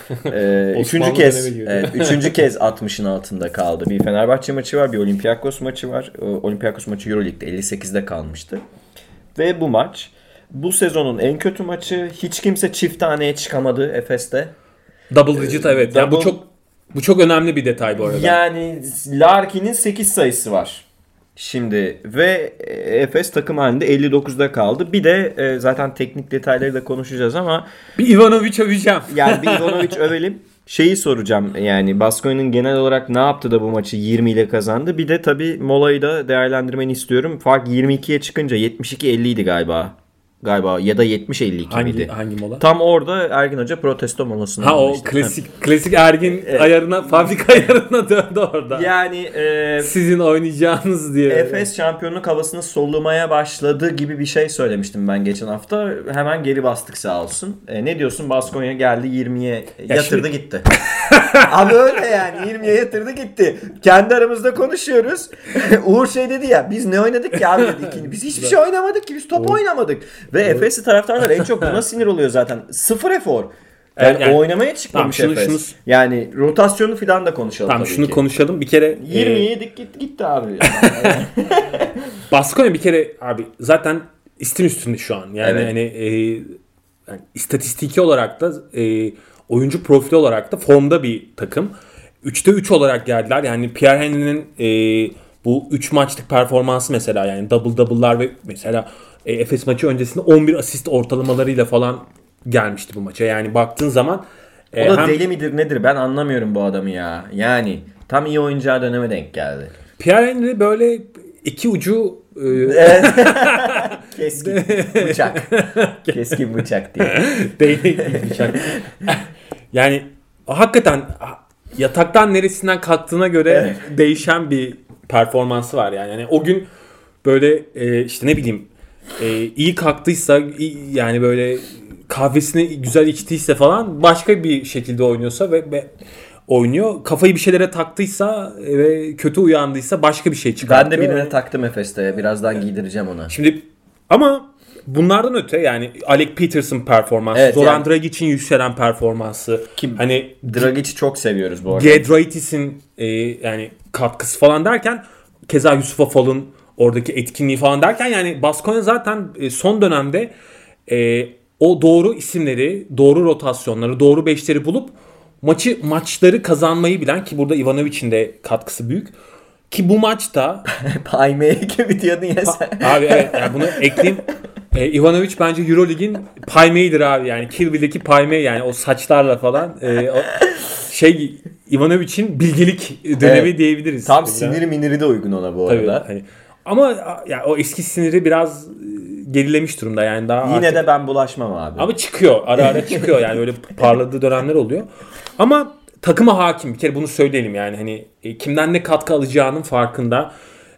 e, üçüncü kez evet, üçüncü kez altmışın altında kaldı. Bir Fenerbahçe maçı var, bir Olympiakos maçı var. Olympiakos maçı Euroleague'de elli sekizde kalmıştı. Ve bu maç bu sezonun en kötü maçı. Hiç kimse çift taneye çıkamadı Efes'te. Double digit ee, evet. Double, yani bu çok bu çok önemli bir detay bu arada. Yani Larkin'in sekiz sayısı var. Şimdi ve Efes takım halinde elli dokuzda kaldı. Bir de e, zaten teknik detayları da konuşacağız ama bir Ivanovic öveceğim. Yani bir Ivanovic övelim. Şeyi soracağım yani Baskonya'nın genel olarak ne yaptı da bu maçı yirmi ile kazandı. Bir de tabii molayı da değerlendirmeni istiyorum. Fark yirmi ikiye çıkınca yetmiş iki elli idi galiba. Galiba ya da yetmiş elli iki hangi, miydi? Hangi mola? Tam orada Ergin Hoca protesto molasını Ha o işte. klasik klasik Ergin evet. ayarına, fabrika ayarına döndü orada. Yani e, sizin oynayacağınız diye. Efes şampiyonluk havasını solumaya başladı gibi bir şey söylemiştim ben geçen hafta. Hemen geri bastık sağ olsun. E, ne diyorsun? Baskonya geldi yirmiye ya yatırdı şimdi... gitti. Abi öyle yani yirmiye yatırdı gitti. Kendi aramızda konuşuyoruz. Uğur şey dedi ya biz ne oynadık ki abi dedi. Biz hiçbir şey oynamadık ki biz top oynamadık. Ve Efes'i taraftarlar en çok buna sinir oluyor zaten. Sıfır efor. Yani, yani oynamaya çıkmamış tamam, şunu, Efes. Şunu, yani rotasyonu falan da konuşalım tamam, tabii şunu ki. konuşalım. Bir kere yirmiye yedik gitti, gitti abi. Baskonya bir kere abi zaten istin üstünde şu an. Yani evet. hani e, yani istatistiki olarak da e, oyuncu profili olarak da formda bir takım. üçte üç olarak geldiler. Yani Pierre Henry'nin e, bu üç maçlık performansı mesela yani double double'lar ve mesela e, Efes maçı öncesinde on bir asist ortalamalarıyla falan gelmişti bu maça. Yani baktığın zaman e, o da hem... deli midir nedir ben anlamıyorum bu adamı ya. Yani tam iyi oyuncağı döneme denk geldi. Pierre Henry böyle iki ucu e... keskin bıçak. Keskin bıçak diye. Değnek bıçak. Yani hakikaten yataktan neresinden kalktığına göre evet. değişen bir performansı var yani. Yani o gün böyle e, işte ne bileyim e, iyi kalktıysa iyi, yani böyle kahvesini güzel içtiyse falan başka bir şekilde oynuyorsa ve, ve oynuyor. Kafayı bir şeylere taktıysa ve kötü uyandıysa başka bir şey çıkartıyor. Ben de birine taktım Efes'te. Birazdan giydireceğim ona. Şimdi ama bunlardan öte yani Alec Peterson performansı, evet, Zoran yani, Dragic'in yükselen performansı. Ki hani Dragic'i çok seviyoruz bu arada. Giedraitis'in e, yani katkısı falan derken keza Yusuf Afal'ın oradaki etkinliği falan derken yani Baskonya zaten e, son dönemde e, o doğru isimleri, doğru rotasyonları, doğru beşleri bulup maçı maçları kazanmayı bilen, ki burada Ivanovic'in de katkısı büyük. Ki bu maçta Paymeye gibi diyordun ya sen. Abi evet yani bunu ekleyeyim. Ee, Ivanovic bence Eurolig'in Paymey'idir abi yani. Kill Bill'deki Paymey yani o saçlarla falan. E, o şey Ivanovic'in bilgelik dönemi evet, diyebiliriz. Tam yani. Siniri miniri de uygun ona bu Tabii, arada. Hani. Ama ya o eski siniri biraz gerilemiş durumda yani daha. Yine artık... de ben bulaşmam abi. Ama çıkıyor. Ara ara çıkıyor yani öyle parladığı dönemler oluyor. Ama takıma hakim, bir kere bunu söyleyelim yani hani e, kimden ne katkı alacağının farkında.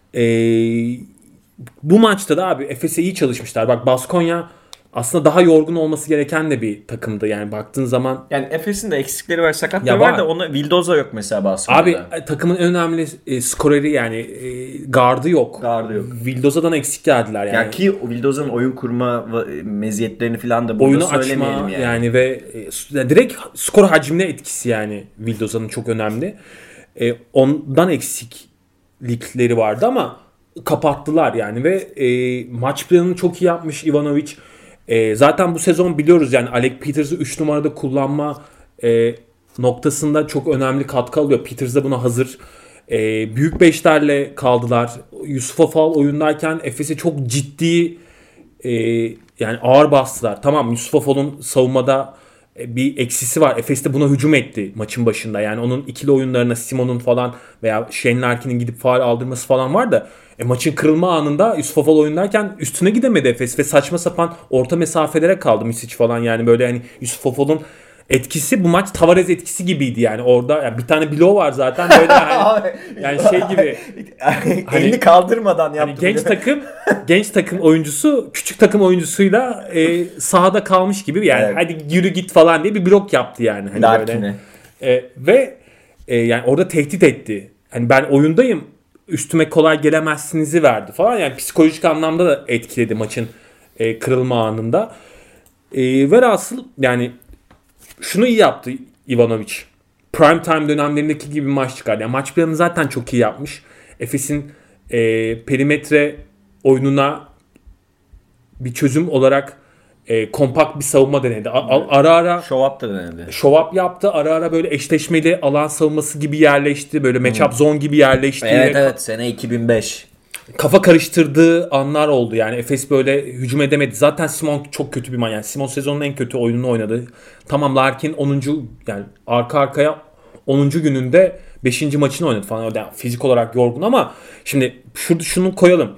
Eee Bu maçta da abi Efes'e iyi çalışmışlar. Bak Baskonya aslında daha yorgun olması gereken de bir takımdı yani baktığın zaman. Yani Efes'in de eksikleri var, sakatları var. var da ona Vildoza yok mesela Baskonya'da. Abi takımın en önemli e, skoreri yani e, gardı yok. Gardı yok. Vildoza'dan eksik geldiler yani. Yani ki Vildoza'nın oyun kurma meziyetlerini falan da burada oyunu söylemeyelim açma yani. yani ve e, direkt skor hacmine etkisi yani Vildoza'nın çok önemli. E, ondan eksiklikleri vardı ama kapattılar yani ve e, maç planını çok iyi yapmış Ivanovic. E, zaten bu sezon biliyoruz yani Alec Peters'ı üç numarada kullanma e, noktasında çok önemli katkı alıyor. Peters de buna hazır. E, büyük beşlerle kaldılar. Yusuf Afal oyundayken Efes'e çok ciddi e, yani ağır bastılar. Tamam, Yusuf Afal'ın savunmada bir eksisi var. Efes de buna hücum etti maçın başında. Yani onun ikili oyunlarına Simon'un falan veya Shane Larkin'in gidip faul aldırması falan var da e, maçın kırılma anında Yusuf Afal oyundayken üstüne gidemedi Efes ve saçma sapan orta mesafelere kaldı Misic falan. Yani böyle hani Yusuf Afal'ın etkisi bu maç Tavares etkisi gibiydi yani orada yani bir tane bloğu var zaten böyle hani, yani şey gibi hani, elini kaldırmadan yaptı. Hani genç takım genç takım oyuncusu küçük takım oyuncusuyla e, sahada kalmış gibi yani evet. Hadi yürü git falan diye bir blok yaptı yani hani böyle. E, ve e, yani orada tehdit etti. Hani ben oyundayım, üstüme kolay gelemezsinizi verdi falan yani psikolojik anlamda da etkiledi maçın e, kırılma anında. E, velhasıl yani şunu iyi yaptı Ivanovic. Prime time dönemlerindeki gibi bir maç çıkardı. Yani maç planını zaten çok iyi yapmış. Efes'in e, perimetre oyununa bir çözüm olarak e, kompakt bir savunma denedi. A, ara ara show up da denedi. Show up yaptı. Ara ara böyle eşleşmeli alan savunması gibi yerleşti. Böyle match up zone gibi yerleşti. Evet evet, sene iki bin beş. Kafa karıştırdığı anlar oldu. Yani Efes böyle hücum edemedi. Zaten Simon çok kötü bir man. Yani Simon sezonun en kötü oyununu oynadı. Tamam, Larkin onuncu yani arka arkaya onuncu gününde beşinci maçını oynadı falan. Yani fizik olarak yorgun ama şimdi şunu, şunu koyalım.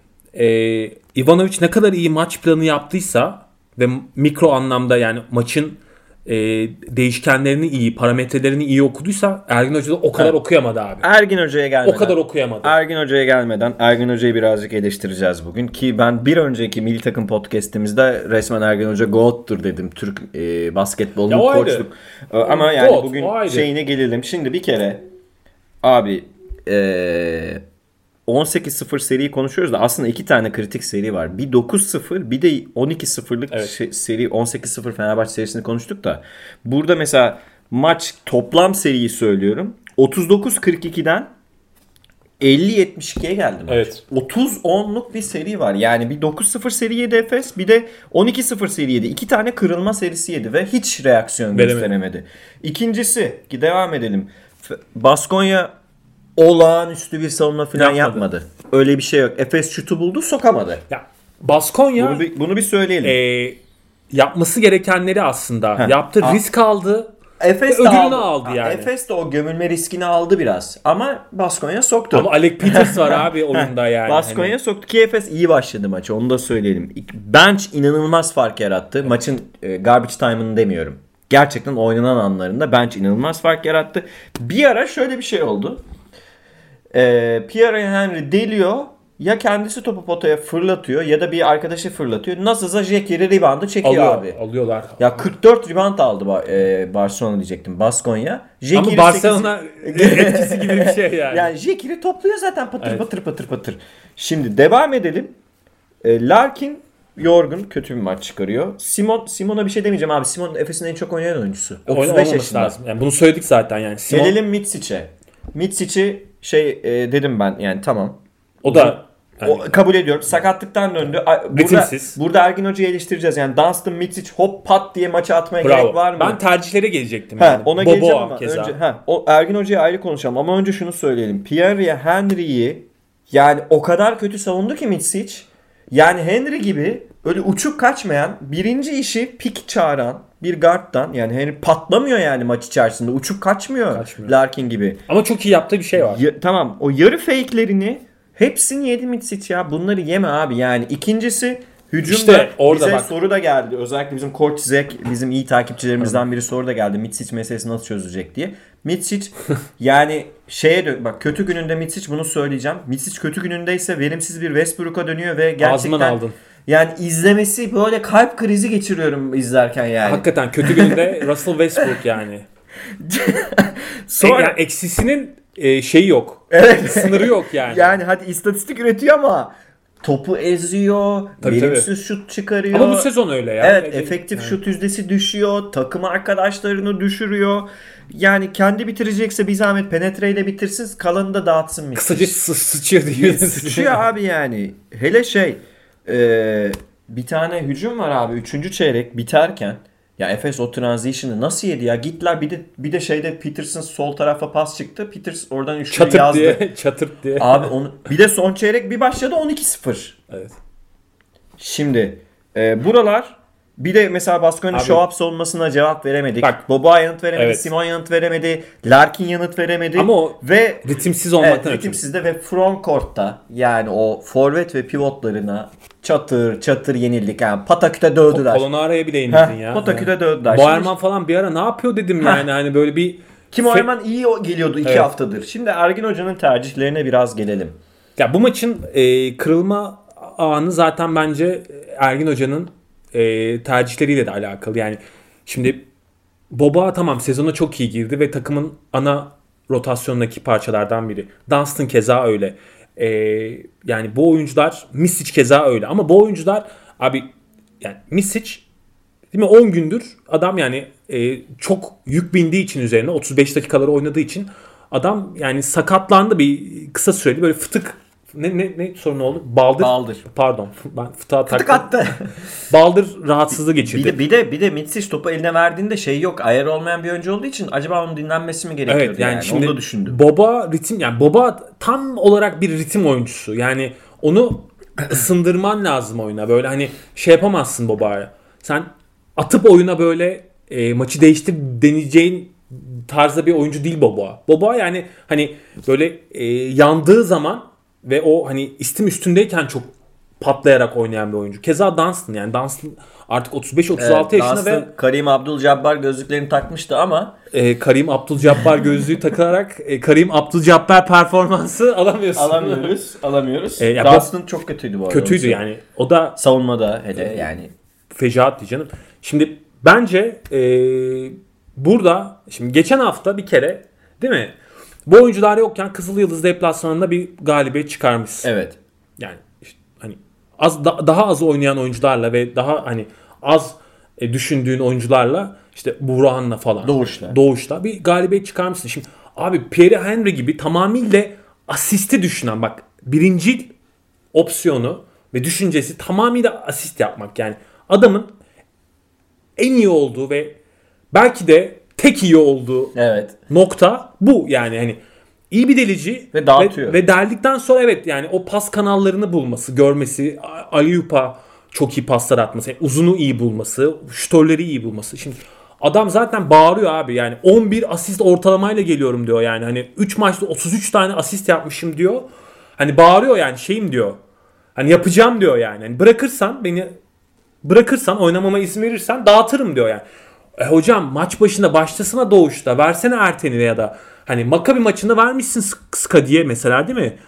Ee, Ivanovic ne kadar iyi maç planı yaptıysa ve mikro anlamda yani maçın e, değişkenlerini iyi, parametrelerini iyi okuduysa Ergin Hoca da o kadar evet. okuyamadı abi. Ergin Hoca'ya gelmeden. O kadar okuyamadı. Ergin Hoca'ya gelmeden Ergin Hoca'yı birazcık eleştireceğiz bugün ki ben bir önceki Milli Takım podcast'imizde resmen Ergin Hoca GOAT'tur dedim. Türk e, basketbolunun koçluk. Ama yani God, bugün şeyine gelelim. Şimdi bir kere abi eee on sekiz sıfır seriyi konuşuyoruz da aslında iki tane kritik seri var. Bir dokuz sıfır bir de on iki sıfırlık evet. şey, seri on sekiz sıfır Fenerbahçe serisini konuştuk da. Burada mesela maç toplam seriyi söylüyorum. otuz dokuz kırk ikiden elli yetmiş ikiye geldi maç. Evet. otuz onluk bir seri var. Yani bir dokuz sıfır seri yedi Efes, bir de on iki sıfır seri yedi. İki tane kırılma serisi yedi ve hiç reaksiyon Veremedi. gösteremedi. İkincisi ki devam edelim. Baskonya olağanüstü bir savunma falan yapmadı. yapmadı. Öyle bir şey yok. Efes şutu buldu, sokamadı. Ya Baskonya bunu bir, bunu bir söyleyelim. E, yapması gerekenleri aslında Heh. yaptı. A- risk aldı. Efes de ödülünü aldı, aldı yani. Efes de o gömülme riskini aldı biraz. Ama Baskonya soktu. Ama Alec Peters var abi oyunda yani. Baskonya hani. soktu ki Efes iyi başladı maçı. Onu da söyleyelim. Bench inanılmaz fark yarattı. Evet. Maçın e, garbage time'ını demiyorum. Gerçekten oynanan anlarında bench inanılmaz fark yarattı. Bir ara şöyle bir şey oldu. Ee, Pierre Henry deliyor. ya kendisi topu potaya fırlatıyor ya da bir arkadaşı fırlatıyor. Nasılsa Jekiri reboundı çekiyor Alıyor, abi. Alıyorlar. Ya kırk dört rebound aldı e, Barcelona diyecektim. Baskonya. Ama Barcelona etkisi gibi bir şey yani. Yani Jekiri topluyor zaten patır evet. patır patır patır. Şimdi devam edelim. E, Larkin yorgun, kötü bir maç çıkarıyor. Simon Simon'a bir şey demeyeceğim abi. Simon Efes'in en çok oynayan oyuncusu. otuz beş yaşında. Lazım. Yani bunu söyledik zaten yani. Simon... Gelelim Mitsic'e. Mitsic'i şey e, dedim ben yani tamam. O Uzun... da yani... o, kabul ediyorum. Sakatlıktan döndü. Burada, burada Ergin Hoca'yı eleştireceğiz. Yani Dunstan, Mitsic hop pat diye maçı atmaya Bravo. gerek var mı? Ben tercihlere gelecektim. Ha, yani. Ona Boboa geleceğim ama keza. önce ha, o Ergin Hoca'ya ayrı konuşalım ama önce şunu söyleyelim. Pierre Henry'yi yani o kadar kötü savundu ki Mitsic. Yani Henry gibi öyle uçup kaçmayan, birinci işi pik çağıran bir guard'dan, yani Henry patlamıyor yani maç içerisinde, uçup kaçmıyor, kaçmıyor. Larkin gibi. Ama çok iyi yaptığı bir şey var. Ya, tamam, o yarı fake'lerini hepsini yedi Mitsic ya. Bunları yeme abi yani. İkincisi hücumda işte orada bize bak. soru da geldi. Özellikle bizim Koç Zek, bizim iyi takipçilerimizden biri soru da geldi. Mitsic meselesi nasıl çözülecek diye. Mitsic yani şeye dön bak, kötü gününde Mitsic, bunu söyleyeceğim. Mitsic kötü günündeyse verimsiz bir Westbrook'a dönüyor ve gerçekten aldın. Yani izlemesi böyle kalp krizi geçiriyorum izlerken yani. Hakikaten kötü gününde Russell Westbrook yani. Sonra e, yani eksisinin e, şeyi yok. Evet. Sınırı yok yani. Yani hadi istatistik üretiyor ama topu eziyor, tabii, verimsiz tabii. şut çıkarıyor. Ama bu sezon öyle ya. Evet, öyle efektif yani. Şut yüzdesi düşüyor, takım arkadaşlarını düşürüyor. Yani kendi bitirecekse bir zahmet penetreyle bitirsin, kalanını da dağıtsın. Kısaca sı- sıçıyor diyor. Sıçıyor abi yani. Hele şey e, bir tane hücum var abi üçüncü çeyrek biterken. Ya Efes o transition'ı nasıl yedi ya? Gittiler bir de bir de şeyde Peterson sol tarafa pas çıktı. Peters oradan üçlü yazdı. Diye, çatırt diye. Abi onu bir de son çeyrek bir başladı on iki sıfır. Evet. Şimdi e, buralar bir de mesela Baskonya'nın show up savunmasına cevap veremedik. Bak, Boboa yanıt veremedi, evet. Simon yanıt veremedi, Larkin yanıt veremedi. Ama o ve ritimsiz olmaktan evet, ritimsiz de ve front court'ta yani o forvet ve pivotlarına çatır çatır yenildik. Yani pataküte dövdüler. Polonara'ya bile yenildin ya. Pataküte yani. dövdüler. Boerman falan bir ara ne yapıyor dedim Heh. yani hani böyle bir... Kim Boerman Fe... iyi geliyordu iki evet. haftadır. Şimdi Ergin Hoca'nın tercihlerine biraz gelelim. Ya bu maçın e, kırılma anı zaten bence Ergin Hoca'nın e, tercihleriyle de alakalı. Yani şimdi Boboa tamam sezona çok iyi girdi ve takımın ana rotasyonundaki parçalardan biri. Dunstan keza öyle. Ee, yani bu oyuncular, Misic keza öyle ama bu oyuncular abi yani Misic değil mi on gündür adam yani e, çok yük bindiği için üzerine otuz beş dakikaları oynadığı için adam yani sakatlandı bir kısa süreli böyle fıtık ne ne ne sorun oldu? Baldır. Baldır. Pardon. Ben fıtığa taktım. Fıtık attı. Baldır rahatsızlığı geçirdi. Bir de bir de bir de Misic topu eline verdiğinde şey yok. Ayarı olmayan bir oyuncu olduğu için acaba onun dinlenmesi mi gerekiyordu evet, yani, yani şimdi onu da düşündüm. Boba ritim yani Boba tam olarak bir ritim oyuncusu. Yani onu ısındırman lazım oyuna. Böyle hani şey yapamazsın Boba'ya. Sen atıp oyuna böyle e, maçı değiştir deneyeceğin tarzda bir oyuncu değil Boba. Boba yani hani böyle e, yandığı zaman ve o hani istim üstündeyken çok patlayarak oynayan bir oyuncu. Keza Dunstan yani Dunstan artık otuz beş otuz altı evet, yaşında Dunstan, ve Karim Abdul-Jabbar gözlüklerini takmıştı ama e, Karim Abdul-Jabbar gözlüğü takarak e, Karim Abdul-Jabbar performansı alamıyorsun. Alamıyoruz. Alamıyoruz. E, yani Dunstan bu, çok kötüydü bu arada. Kötüydü yani. O da savunmada hele e, yani fecaatti canım. Şimdi bence e, burada şimdi geçen hafta bir kere değil mi? Bu oyuncular yokken Kızıl Yıldız deplasmanında bir galibiyet çıkarmışsın. Evet. Yani işte hani az da, daha az oynayan oyuncularla ve daha hani az e, düşündüğün oyuncularla işte Burhan'la falan. Doğuş'la. Doğuş'la bir galibiyet çıkarmışsın. Şimdi abi Pierre Henry gibi tamamıyla asisti düşünen bak birinci opsiyonu ve düşüncesi tamamıyla asist yapmak. Yani adamın en iyi olduğu ve belki de tek iyi olduğu evet. nokta bu yani hani iyi bir delici ve dağıtıyor. Ve, ve deldikten sonra evet yani o pas kanallarını bulması, görmesi, alley-oop'a çok iyi paslar atması, yani uzunu iyi bulması, şutörleri iyi bulması. Şimdi adam zaten bağırıyor abi yani on bir asist ortalamayla geliyorum diyor yani hani üç maçta otuz üç tane asist yapmışım diyor. Hani bağırıyor yani şeyim diyor. Hani yapacağım diyor yani. Hani bırakırsan beni bırakırsan oynamama izin verirsen dağıtırım diyor yani. E hocam maç başında başlasına Doğuş'ta versene Erten'i ya da hani Maccabi maçında vermişsin Ska diye mesela değil mi?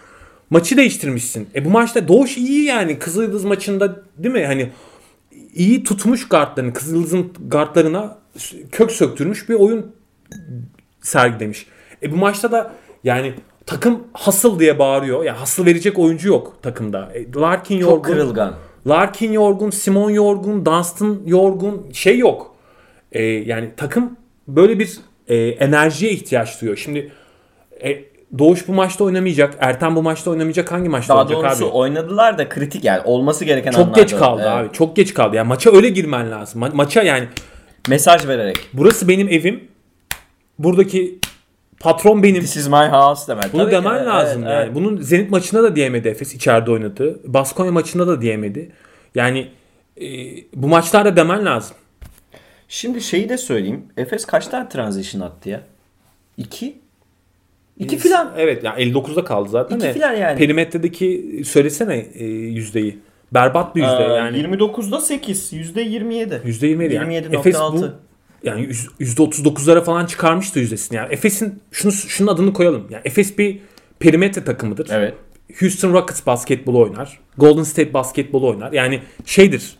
Maçı değiştirmişsin. E bu maçta Doğuş iyi yani. Kızıldız maçında değil mi? Hani iyi tutmuş guardlarını. Kızıldız'ın guardlarına kök söktürmüş bir oyun sergilemiş. E bu maçta da yani takım hustle diye bağırıyor. Yani hustle verecek oyuncu yok takımda. E, Larkin yorgun. Çok kırılgan. Larkin yorgun, Simon yorgun, Dunstan yorgun. Şey yok. E, yani takım böyle bir e, enerjiye ihtiyaç duyuyor. Şimdi e, Doğuş bu maçta oynamayacak. Ertan bu maçta oynamayacak. Hangi maçta Daha oynayacak abi? doğrusu oynadılar da kritik yani. Olması gereken Çok anlarda. geç kaldı Evet. abi. Çok geç kaldı. Yani maça öyle girmen lazım. Ma- maça yani. Mesaj vererek. Burası benim evim. Buradaki patron benim. This is my house demek. Bunu Tabii demen ki. lazım Evet, yani. evet. Bunun Zenit maçında da diyemedi Efes, içeride oynadı. Baskonya maçında da diyemedi. Yani e, bu maçlarda demen lazım. Şimdi şeyi de söyleyeyim. Efes kaç tane transition attı ya? İki? İki filan. Evet yani elli dokuzda kaldı zaten. İki de. filan yani. Perimetredeki söylesene e, yüzdeyi. Berbat bir yüzde Ee, yani. yirmi dokuzda sekiz. yüzde yirmi yedi. yüzde yirmi yedi yani. yirmi yedi Efes nokta altı. bu yani yüzde otuz dokuzlara falan çıkarmıştı yüzdesini. Yani Efes'in şunu şunun adını koyalım. Yani Efes bir perimetre takımıdır. Evet. Houston Rockets basketbolu oynar. Golden State basketbolu oynar. Yani şeydir.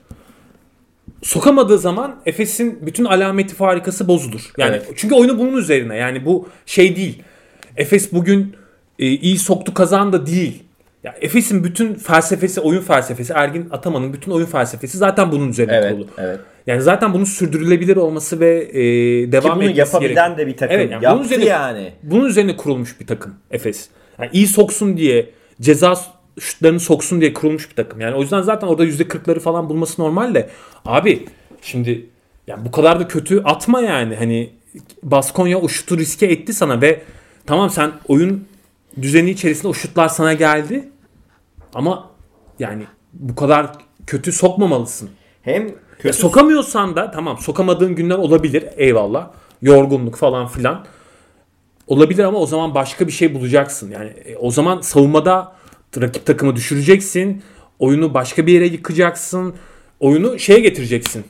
Sokamadığı zaman Efes'in bütün alameti farikası bozulur. Yani Evet. çünkü oyunu bunun üzerine. Yani bu şey değil. Efes bugün e, iyi soktu kazandı değil. Ya Efes'in bütün felsefesi, oyun felsefesi, Ergin Ataman'ın bütün oyun felsefesi zaten bunun üzerine Evet, kurulu. evet. Yani zaten bunun sürdürülebilir olması ve e, devam Ki bunu etmesi yapabilen gerekiyor. de bir takım. Evet, yani Yaptı bunun üzerine, yani. Bunun üzerine kurulmuş bir takım Efes. Yani iyi soksun diye, ceza şutlarını soksun diye kurulmuş bir takım. Yani o yüzden zaten orada yüzde kırkları falan bulması normal de. Abi şimdi yani bu kadar da kötü atma yani. Hani Baskonya o şutu riske etti sana ve tamam sen oyun düzeni içerisinde o şutlar sana geldi. Ama yani bu kadar kötü sokmamalısın. Hem Ya kötü sokamıyorsan da tamam, sokamadığın günler olabilir, eyvallah. Yorgunluk falan filan olabilir ama o zaman başka bir şey bulacaksın. Yani e, o zaman savunmada rakip takımı düşüreceksin. Oyunu başka bir yere yıkacaksın. Oyunu şeye getireceksin.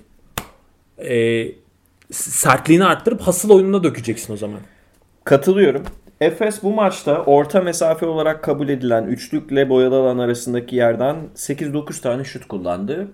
E, sertliğini arttırıp hasıl oyununa dökeceksin o zaman. katılıyorum. Efes bu maçta orta mesafe olarak kabul edilen üçlükle boyalı alan arasındaki yerden sekiz dokuz tane şut kullandı.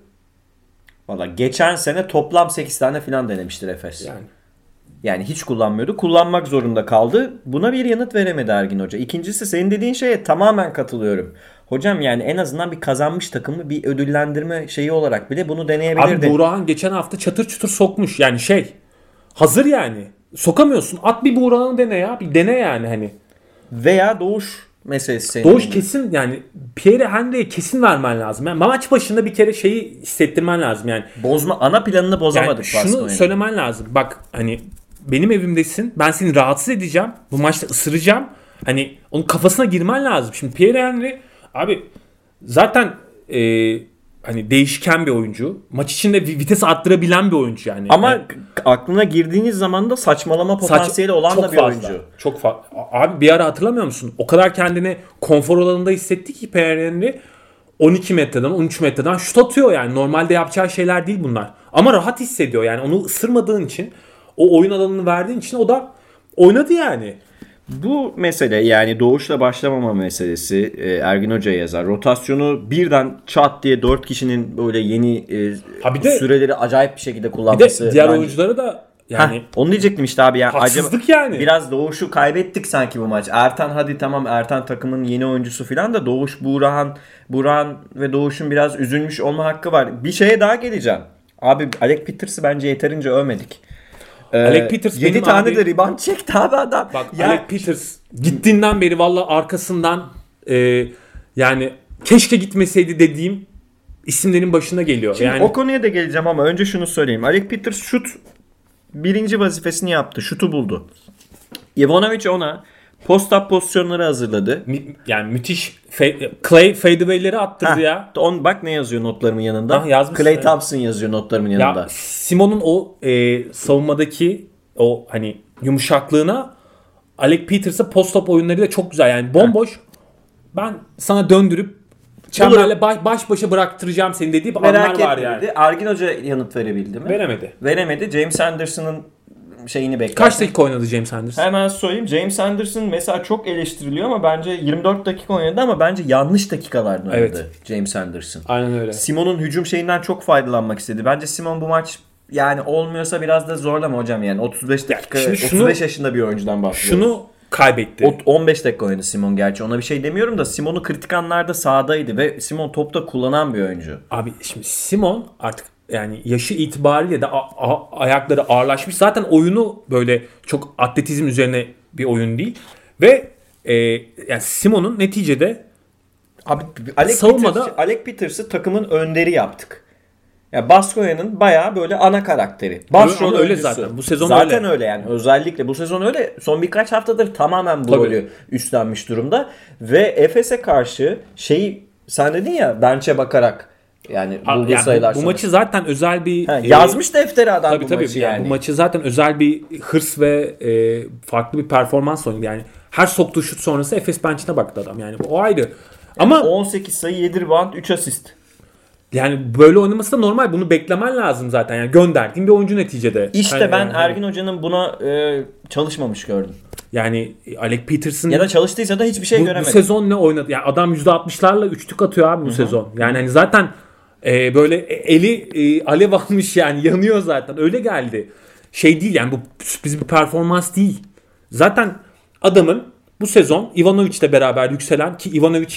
Valla geçen sene toplam sekiz tane falan denemiştir Efes. Yani Yani hiç kullanmıyordu. Kullanmak zorunda kaldı. Buna bir yanıt veremedi Ergin Hoca. İkincisi senin dediğin şeye tamamen katılıyorum. Hocam yani en azından bir kazanmış takımı bir ödüllendirme şeyi olarak bile bunu deneyebilirdi. abi Buğrahan geçen hafta çatır çutur sokmuş. Yani şey hazır yani. Sokamıyorsun. At bir Buğrahan'ı dene ya. Bir dene yani hani. Veya Doğuş meselesi senin. Doğuş kesin yani Pierre Henry'e kesin vermen lazım. Yani maç başında bir kere şeyi hissettirmen lazım yani. Bozma, ana planını Yani bozamadık. şunu Baskonya'nın. söylemen lazım. Bak hani benim evimdesin. Ben seni rahatsız edeceğim. Bu maçta ısıracağım. Hani onun kafasına girmen lazım. Şimdi Pierre Henry abi zaten e, hani değişken bir oyuncu. Maç içinde vi- vites arttırabilen bir oyuncu yani. Ama Yani aklına girdiğiniz zaman da saçmalama potansiyeli saç- olan çok da bir fazla. oyuncu. Çok fazla. Abi bir ara hatırlamıyor musun? O kadar kendini konfor alanında hissetti ki Pierre Henry on iki metreden on üç metreden şut atıyor yani. Normalde yapacağı şeyler değil bunlar. Ama rahat hissediyor yani. Onu ısırmadığın için, o oyun alanını verdiğin için o da oynadı yani. Bu mesele yani Doğuş'la başlamama meselesi e, Ergin Hoca yazar. Rotasyonu birden çat diye dört kişinin böyle yeni e, Ha bir de- süreleri acayip bir şekilde Bir kullanması. de diğer bence- oyuncuları da yani Heh, onu diyecektim işte abi. Yani haksızlık acaba yani. biraz Doğuş'u kaybettik sanki bu maç. Ertan hadi tamam Ertan takımın yeni oyuncusu falan da Doğuş, Buğrahan, Buğrahan ve Doğuş'un biraz üzülmüş olma hakkı var. Bir şeye daha geleceğim. Abi Alec Peters'ı bence yeterince övmedik. Alec Peters yedi benim tane abi- de rebound çekti abi adam. Bak Ya- Alec Peters gittiğinden beri valla arkasından e, yani keşke gitmeseydi dediğim isimlerin başına geliyor. Şimdi yani o konuya da geleceğim ama önce şunu söyleyeyim. Alec Peters şut birinci vazifesini yaptı. Şutu buldu. Ivanovic ona post-up pozisyonları hazırladı. mi- yani müthiş fe- Clay fadeaway'leri attırdı Heh, ya. On, bak ne yazıyor notlarımın yanında. Ah, yazmış, Klay evet. Thompson yazıyor notlarımın yanında. Ya Simon'un o e, savunmadaki o hani yumuşaklığına Alec Peters'a post-up oyunları da çok güzel. Yani bomboş ben sana döndürüp çemberle baş, baş başa bıraktıracağım seni dediği Merak anlar var yani. etmedi. Ergin Hoca yanıt verebildi mi? Veremedi. Veremedi. James Anderson'ın şeyini beklersin. Kaç dakika oynadı James Anderson? Hemen söyleyeyim. James Anderson mesela çok eleştiriliyor ama bence yirmi dört dakika oynadı ama bence yanlış dakikalarda oynadı evet. James Anderson. Aynen öyle. Simon'un hücum şeyinden çok faydalanmak istedi. Bence Simon bu maç yani olmuyorsa biraz da zorlama hocam yani. otuz beş dakika, şunu, otuz beş yaşında bir oyuncudan bahsediyoruz. Şunu kaybetti. on beş dakika oynadı Simon gerçi. Ona bir şey demiyorum da Simon'u kritik anlarda sahadaydı ve Simon topta kullanan bir oyuncu. Abi şimdi Simon artık yani yaşı itibariyle de a- a- ayakları ağırlaşmış. Zaten oyunu böyle çok atletizm üzerine bir oyun değil. Ve e, yani Simon'un neticede abi Alec savunmada Peters, Alec Peters'ı takımın önderi yaptık. Ya yani Baskonya'nın bayağı böyle ana karakteri. Başrol öyle oyuncusu. Zaten. Bu sezon zaten öyle. öyle yani. Özellikle bu sezon öyle. Son birkaç haftadır tamamen bu Tabii. rolü üstlenmiş durumda. Ve Efes'e karşı şeyi sen dedin ya bench'e bakarak yani bulduğu yani sayılar bu, bu maçı zaten özel bir ha, yazmış e, deftere adam tabii, bu tabii, maçı yani. yani. Bu maçı zaten özel bir hırs ve e, farklı bir performans oynadı. Yani her soktuğu şut sonrası Efes bench'ine baktı adam. Yani o ayrı. Yani ama on sekiz sayı, yedi rebound, üç asist. Yani böyle oynaması da normal. Bunu beklemen lazım zaten. Yani gönderdiğin bir oyuncu neticede. İşte yani, ben yani, Ergin Hoca'nın buna e, çalışmamış gördüm. Yani Alec Peterson ya da çalıştıysa da hiçbir şey bu, göremedim. Bu sezon ne oynadı? Yani adam yüzde altmışlarla üçlük atıyor abi bu Hı-hı. sezon. Yani hani zaten e, böyle eli e, alev almış yani yanıyor zaten. Öyle geldi. Şey değil yani bu sürpriz bir performans değil. Zaten adamın bu sezon Ivanovic'le beraber yükselen ki Ivanovic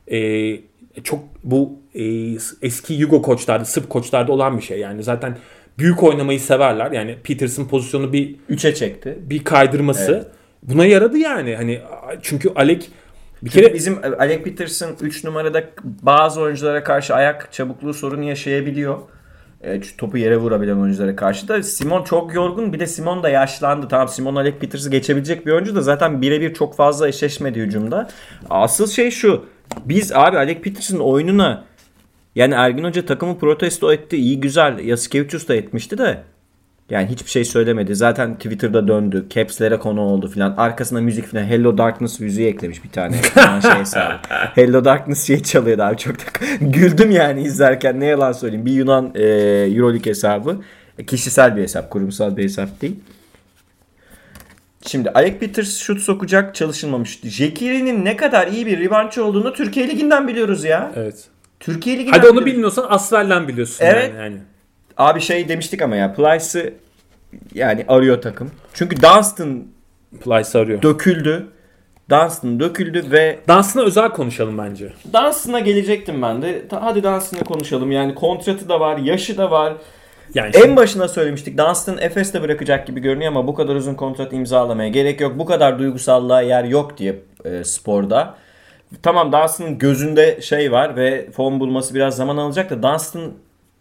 e, çok bu e, eski Yugo koçlarda, Sırp koçlarda olan bir şey. Yani zaten büyük oynamayı severler. Yani Peterson pozisyonu bir üçe çekti. Bir kaydırması evet. Buna yaradı yani. Hani çünkü Alec bir çünkü kere bizim Alec Peterson üç numarada bazı oyunculara karşı ayak çabukluğu sorunu yaşayabiliyor. E, topu yere vurabilen oyunculara karşı da Simon çok yorgun. Bir de Simon da yaşlandı. Tamam Simon Alec Peters'ı geçebilecek bir oyuncu da zaten birebir çok fazla eşleşmedi hücumda. Asıl şey şu. Biz abi Alec Peters'ın oyununa yani Ergin Hoca takımı protesto etti. İyi güzel. Yasikevicius da etmişti de yani hiçbir şey söylemedi. Zaten Twitter'da döndü. Caps'lere konu oldu filan. Arkasına müzik filan. Hello Darkness müziği eklemiş bir tane. şey hesabı. Hello Darkness şey çalıyordu abi. Çok da güldüm yani izlerken. Ne yalan söyleyeyim. Bir Yunan e, Euroleague hesabı. E, kişisel bir hesap. Kurumsal bir hesap değil. Şimdi Alec Peters şut sokacak çalışılmamış. Jekiri'nin ne kadar iyi bir reboundçı olduğunu Türkiye Ligi'nden biliyoruz ya. Evet. Türkiye Ligi'nden Hadi onu biliyoruz. bilmiyorsan Asvel'den biliyorsun. Evet. Yani. Abi şey demiştik ama ya Plyce'ı yani arıyor takım. Çünkü Dunstan Plyce arıyor. Döküldü. Dunstan döküldü ve Dunstan'a özel konuşalım bence. Dunstan'a gelecektim ben de. Hadi Dunstan'a konuşalım. Yani kontratı da var, yaşı da var. Yani en şimdi... başına söylemiştik. Dunstan Efes'te bırakacak gibi görünüyor ama bu kadar uzun kontrat imzalamaya gerek yok. Bu kadar duygusallığa yer yok diye e, sporda. Tamam Dunstan'ın gözünde şey var ve form bulması biraz zaman alacak da Dunstan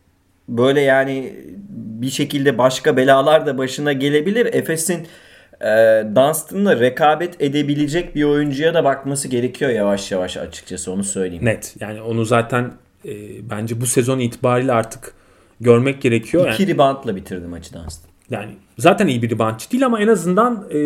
böyle yani bir şekilde başka belalar da başına gelebilir. Efes'in e, Dunstan'la rekabet edebilecek bir oyuncuya da bakması gerekiyor yavaş yavaş açıkçası onu söyleyeyim. Net. Yani onu zaten e, bence bu sezon itibariyle artık görmek gerekiyor. İki yani, reboundla bitirdi maçı Dunstan. Yani zaten iyi bir reboundçı değil ama en azından e,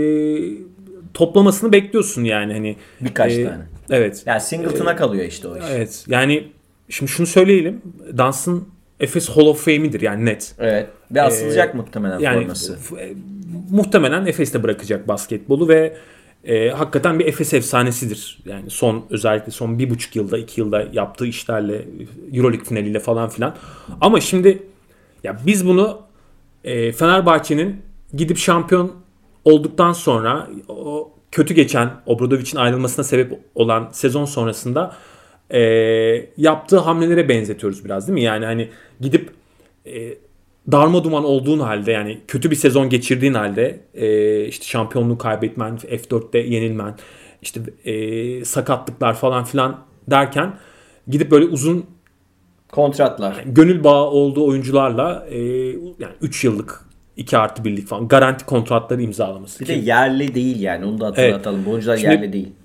toplamasını bekliyorsun yani hani. Birkaç e, tane. Evet. Yani Singleton'a ee, kalıyor işte o iş. Evet. Yani şimdi şunu söyleyelim. Dunstan Efes Hall of Fame'idir yani net. Evet. Ve asılacak ee, muhtemelen yani, forması. F- muhtemelen Efes'te bırakacak basketbolu ve e, hakikaten bir Efes efsanesidir. Yani son özellikle son bir buçuk yılda iki yılda yaptığı işlerle Euroleague finaliyle falan filan. Ama şimdi ya biz bunu e, Fenerbahçe'nin gidip şampiyon olduktan sonra o kötü geçen Obradovic'in ayrılmasına sebep olan sezon sonrasında e, yaptığı hamlelere benzetiyoruz biraz değil mi? Yani hani gidip e, darma duman olduğun halde yani kötü bir sezon geçirdiğin halde e, işte şampiyonluğu kaybetmen, F dörtte yenilmen, işte e, sakatlıklar falan filan derken gidip böyle uzun kontratlar, yani gönül bağı olduğu oyuncularla e, yani üç yıllık iki artı birlik falan garanti kontratları imzalaması. Bir de yerli değil yani onu da hatırlatalım. Evet. Bu oyuncular Şimdi, yerli değil.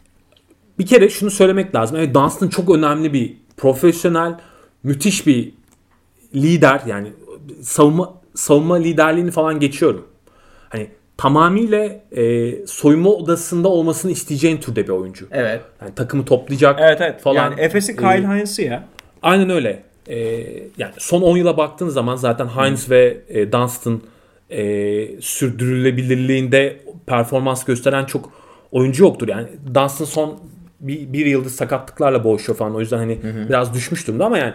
Bir kere şunu söylemek lazım. Evet Dunstan çok önemli bir profesyonel, müthiş bir lider yani savunma savunma liderliğini falan geçiyorum. Hani tamamıyla e, soyunma odasında olmasını isteyeceğin türde bir oyuncu. Evet. Yani takımı toplayacak evet, evet. falan. Yani Efes'in Kyle e, Hines'ı ya. Aynen öyle. E, yani son on yıla baktığın zaman zaten Hines hmm. ve e, Dunstan e, sürdürülebilirliğinde performans gösteren çok oyuncu yoktur. Yani Dunstan son bir, bir yıldız sakatlıklarla boğuşuyor falan. O yüzden hani hı hı. biraz düşmüş durumda ama yani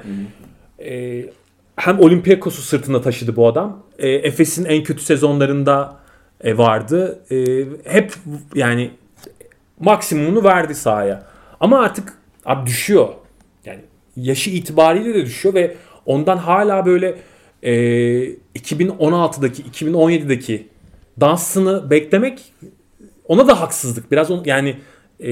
e, hem Olympiakos'u sırtında taşıdı bu adam. E, Efes'in en kötü sezonlarında e, vardı. E, hep yani maksimumunu verdi sahaya. Ama artık abi düşüyor. Yani yaşı itibariyle de düşüyor ve ondan hala böyle e, iki bin on altıdaki, iki bin on yedideki Dunstan'ı beklemek ona da haksızlık. Biraz on, yani e,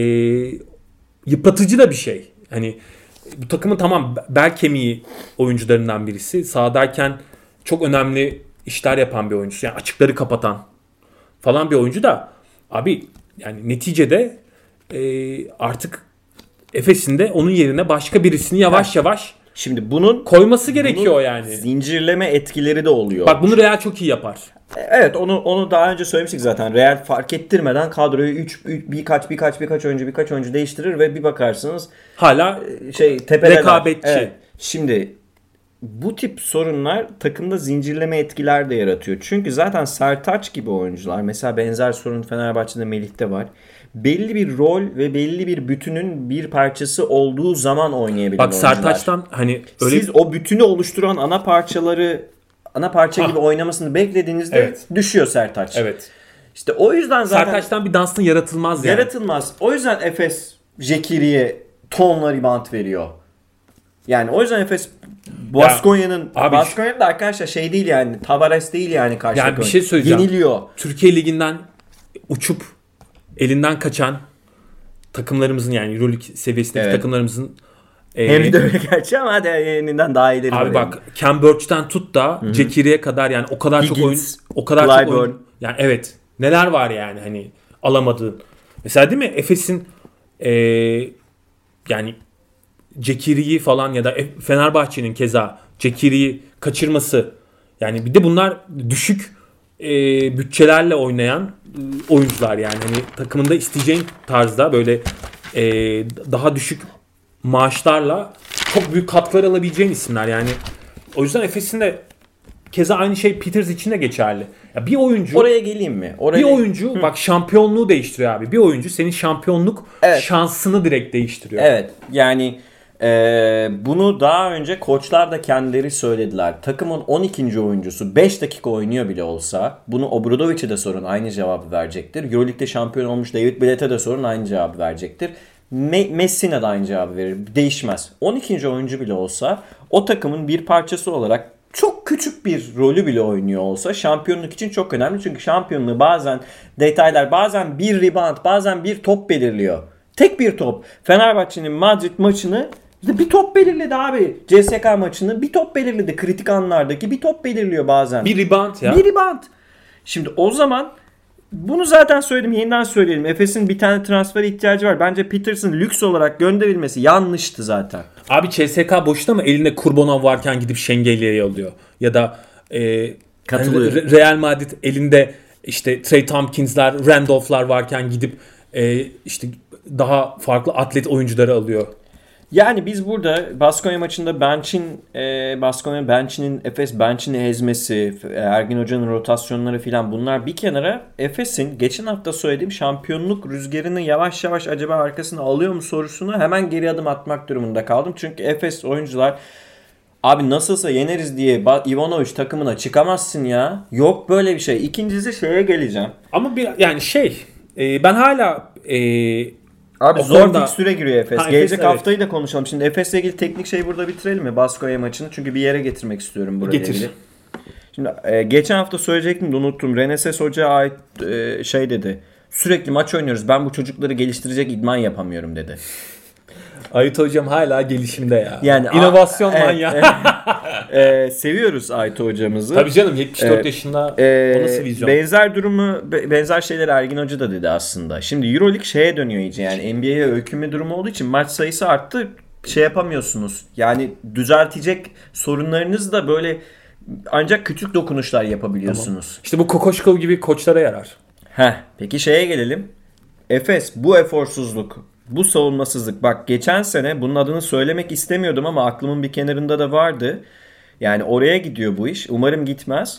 yıpratıcı da bir şey. Hani bu takımın tamam bel kemiği oyuncularından birisi. Sahadayken çok önemli işler yapan bir oyuncu. Yani açıkları kapatan falan bir oyuncu da abi yani neticede e, artık Efes'in de onun yerine başka birisini yavaş ha. yavaş şimdi bunun koyması gerekiyor bunun yani. Zincirleme etkileri de oluyor. Bak bunu Real çok iyi yapar. Evet onu onu daha önce söylemiştik zaten. Real fark ettirmeden kadroyu üç birkaç birkaç birkaç oyuncu birkaç oyuncu değiştirir ve bir bakarsınız hala şey tepedeler. Rekabetçi. Evet. Şimdi bu tip sorunlar takımda zincirleme etkiler de yaratıyor. Çünkü zaten Sertaç gibi oyuncular mesela benzer sorun Fenerbahçe'de Melih'te var. Belli bir rol ve belli bir bütünün bir parçası olduğu zaman oynayabilen Bak, oyuncular. Sertaç'tan hani öyle... Siz o bütünü oluşturan ana parçaları ana parça ha. gibi oynamasını beklediğinizde evet. düşüyor Sertaç. Evet. İşte o yüzden zaten Sertaç'tan bir Dunstan yaratılmaz yani. Yaratılmaz. O yüzden Efes Jekiri'ye tonla rebound veriyor. Yani o yüzden Efes Baskonya'nın Baskonya'da arkadaşlar şey değil yani Tavares değil yani karşı yani bir şey söyleyeceğim. Yeniliyor. Türkiye Ligi'nden uçup elinden kaçan takımlarımızın yani Euroleague seviyesindeki evet. takımlarımızın hem e, de öyle gerçi ama hadi yeniden daha ileri. Abi bak yani. Cam Birch'ten tut da Jekiri'ye kadar yani o kadar Higgins, çok oyun o kadar Clyburn. çok oyun yani evet neler var yani hani alamadığın. Mesela değil mi Efes'in e, yani Jekiri'yi falan ya da Fenerbahçe'nin keza Jekiri'yi kaçırması yani bir de bunlar düşük e, bütçelerle oynayan e, oyuncular yani hani takımında isteyeceğin tarzda böyle e, daha düşük maaşlarla çok büyük katkılar alabileceğin isimler yani o yüzden Efes'in de keza aynı şey Peters için de geçerli. Ya bir oyuncu oraya geleyim mi? Oraya... Bir oyuncu Hı. bak şampiyonluğu değiştiriyor abi. Bir oyuncu senin şampiyonluk evet. şansını direkt değiştiriyor. Evet. Yani Ee, bunu daha önce koçlar da kendileri söylediler. Takımın on ikinci oyuncusu beş dakika oynuyor bile olsa bunu Obradovic'e de sorun aynı cevabı verecektir. Euroleague'de şampiyon olmuş David Blatt'e de sorun aynı cevabı verecektir. Me- Messina da aynı cevabı verir. Değişmez. on ikinci oyuncu bile olsa o takımın bir parçası olarak çok küçük bir rolü bile oynuyor olsa şampiyonluk için çok önemli. Çünkü şampiyonluğu bazen detaylar bazen bir rebound bazen bir top belirliyor. Tek bir top. Fenerbahçe'nin Madrid maçını bir top belirledi abi. C S K maçını bir top belirledi. Kritik anlardaki bir top belirliyor bazen. Bir rebound ya. Bir rebound. Şimdi o zaman bunu zaten söyledim. Yeniden söyleyelim. Efes'in bir tane transfer ihtiyacı var. Bence Peters'ın lüks olarak gönderilmesi yanlıştı zaten. Abi C S K boşta mı? Elinde Kurbonov varken gidip Şengelya'yı alıyor. Ya da e, katılıyor. Yani Real Madrid elinde işte Trey Tompkins'ler, Randolph'lar varken gidip e, işte daha farklı atlet oyuncuları alıyor. Yani biz burada Baskonya maçında bench'in e, Baskonya bench'inin Efes bench'ini ezmesi, Ergin Hoca'nın rotasyonları filan bunlar bir kenara Efes'in geçen hafta söylediğim şampiyonluk rüzgarını yavaş yavaş acaba arkasına alıyor mu sorusuna hemen geri adım atmak durumunda kaldım. Çünkü Efes oyuncular abi nasılsa yeneriz diye Ivanovic takımına çıkamazsın ya. Yok böyle bir şey. İkincisi şeye geleceğim. Ama bir yani şey e, ben hala e, Abi o zor konuda... fikstüre giriyor Efes. Ha, Gelecek Efes, haftayı evet. da konuşalım. Şimdi Efes'le ilgili teknik şeyi burada bitirelim mi? Baskonya maçını. Çünkü bir yere getirmek istiyorum buraya. Getir. Ilgili. Şimdi e, geçen hafta söyleyecektim de unuttum. Reneses Hoca'ya ait e, şey dedi. Sürekli maç oynuyoruz. Ben bu çocukları geliştirecek idman yapamıyorum dedi. Ait Hocam hala gelişimde ya. Yani İnovasyon a- manyağı. E, e, seviyoruz Ait Hocamızı. Tabii canım yetmiş dört e, yaşında e, o nasıl vizyon? Benzer durumu, benzer şeyler Ergin Hoca da dedi aslında. Şimdi Euroleague şeye dönüyor iyice yani N B A'ye öykünme durumu olduğu için maç sayısı arttı. Şey yapamıyorsunuz. Yani düzeltecek sorunlarınız da böyle ancak küçük dokunuşlar yapabiliyorsunuz. Tamam. İşte bu Kokoşkov gibi koçlara yarar. Heh, peki şeye gelelim. Efes bu eforsuzluk, bu savunmasızlık. Bak geçen sene bunun adını söylemek istemiyordum ama aklımın bir kenarında da vardı. Yani oraya gidiyor bu iş. Umarım gitmez.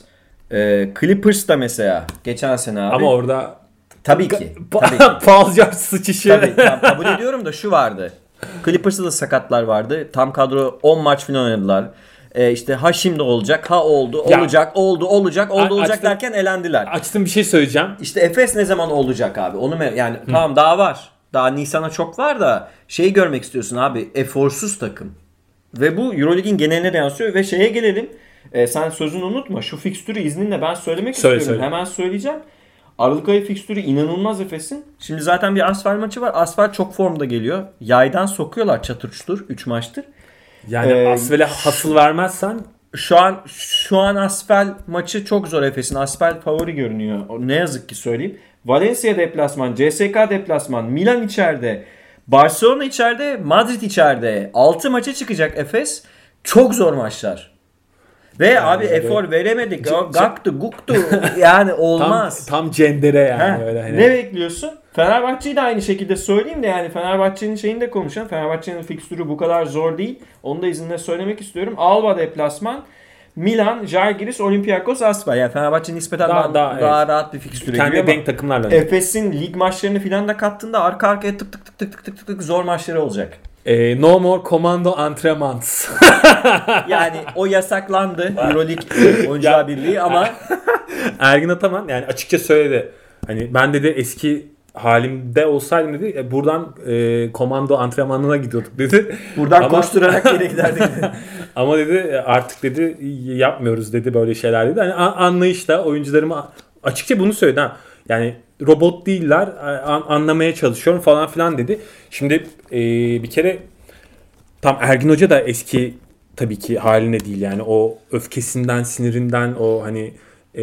Ee, Clippers da mesela geçen sene abi. Ama orada tabii ki. Tabii ki. Paul George sıçışı. Tabii tam kabul ediyorum da şu vardı. Clippers'ta da sakatlar vardı. Tam kadro on maç falan oynadılar. Ee, işte ha şimdi olacak, ha oldu, Ya, olacak, oldu, olacak, oldu, a- olacak açtım, derken elendiler. Açtım bir şey söyleyeceğim. İşte Efes ne zaman olacak abi? Onu me- yani Hı. tamam daha var. Daha Nisan'a çok var da şeyi görmek istiyorsun abi. Eforsuz takım. Ve bu EuroLeague'in geneline de yansıyor ve şeye gelelim. Ee, sen sözünü unutma. Şu fikstürü izninle ben söylemek Söyle, istiyorum. söyle. Hemen söyleyeceğim. Aralık ayı fikstürü inanılmaz Efes'in. Şimdi zaten bir Asfal maçı var. Asfal çok formda geliyor. Yaydan sokuyorlar çatır çutur üç maçtır. Yani ee, Asfel'e hasıl vermezsen şu an şu an Asfal maçı çok zor Efes'in. Asfal favori görünüyor. Ne yazık ki söyleyeyim. Valencia deplasman, C S K deplasman, Milan içeride, Barcelona içeride, Madrid içeride. altı maça çıkacak Efes. Çok zor maçlar. Ve yani abi öyle efor veremedik. C- Gaktı, guktu. Yani olmaz. Tam, tam cendere yani. Öyle hani. Ne bekliyorsun? Fenerbahçe'yi de aynı şekilde söyleyeyim de yani Fenerbahçe'nin şeyini de konuşalım. Fenerbahçe'nin fikstürü bu kadar zor değil. Onu da izinle söylemek istiyorum. Alba deplasman, Milan, Žalgiris, Olympiakos, Asvel. Yani Fenerbahçe nispeten daha, daha, daha evet. rahat bir fikstüre giriyor ama kendi denk takımlarla. Efes'in lig maçlarını filan da kattığında arka arkaya tık tık tık tık tık tık tık zor maçları olacak. E, no more commando antrenmans. Yani o yasaklandı EuroLeague Oyuncular Birliği ama Ergin Ataman yani açıkça söyledi. Hani ben dedi eski halimde olsaydım dedi buradan e, komando antrenmanına gidiyorduk dedi. Buradan ama, koşturarak geri giderdik dedi. Ama dedi artık dedi yapmıyoruz dedi böyle şeyler dedi. Hani anlayışla oyuncularıma açıkça bunu söyledi ha. Yani robot değiller anlamaya çalışıyorum falan filan dedi. Şimdi e, bir kere tam Ergin Hoca da eski tabii ki haline değil yani o öfkesinden sinirinden o hani e,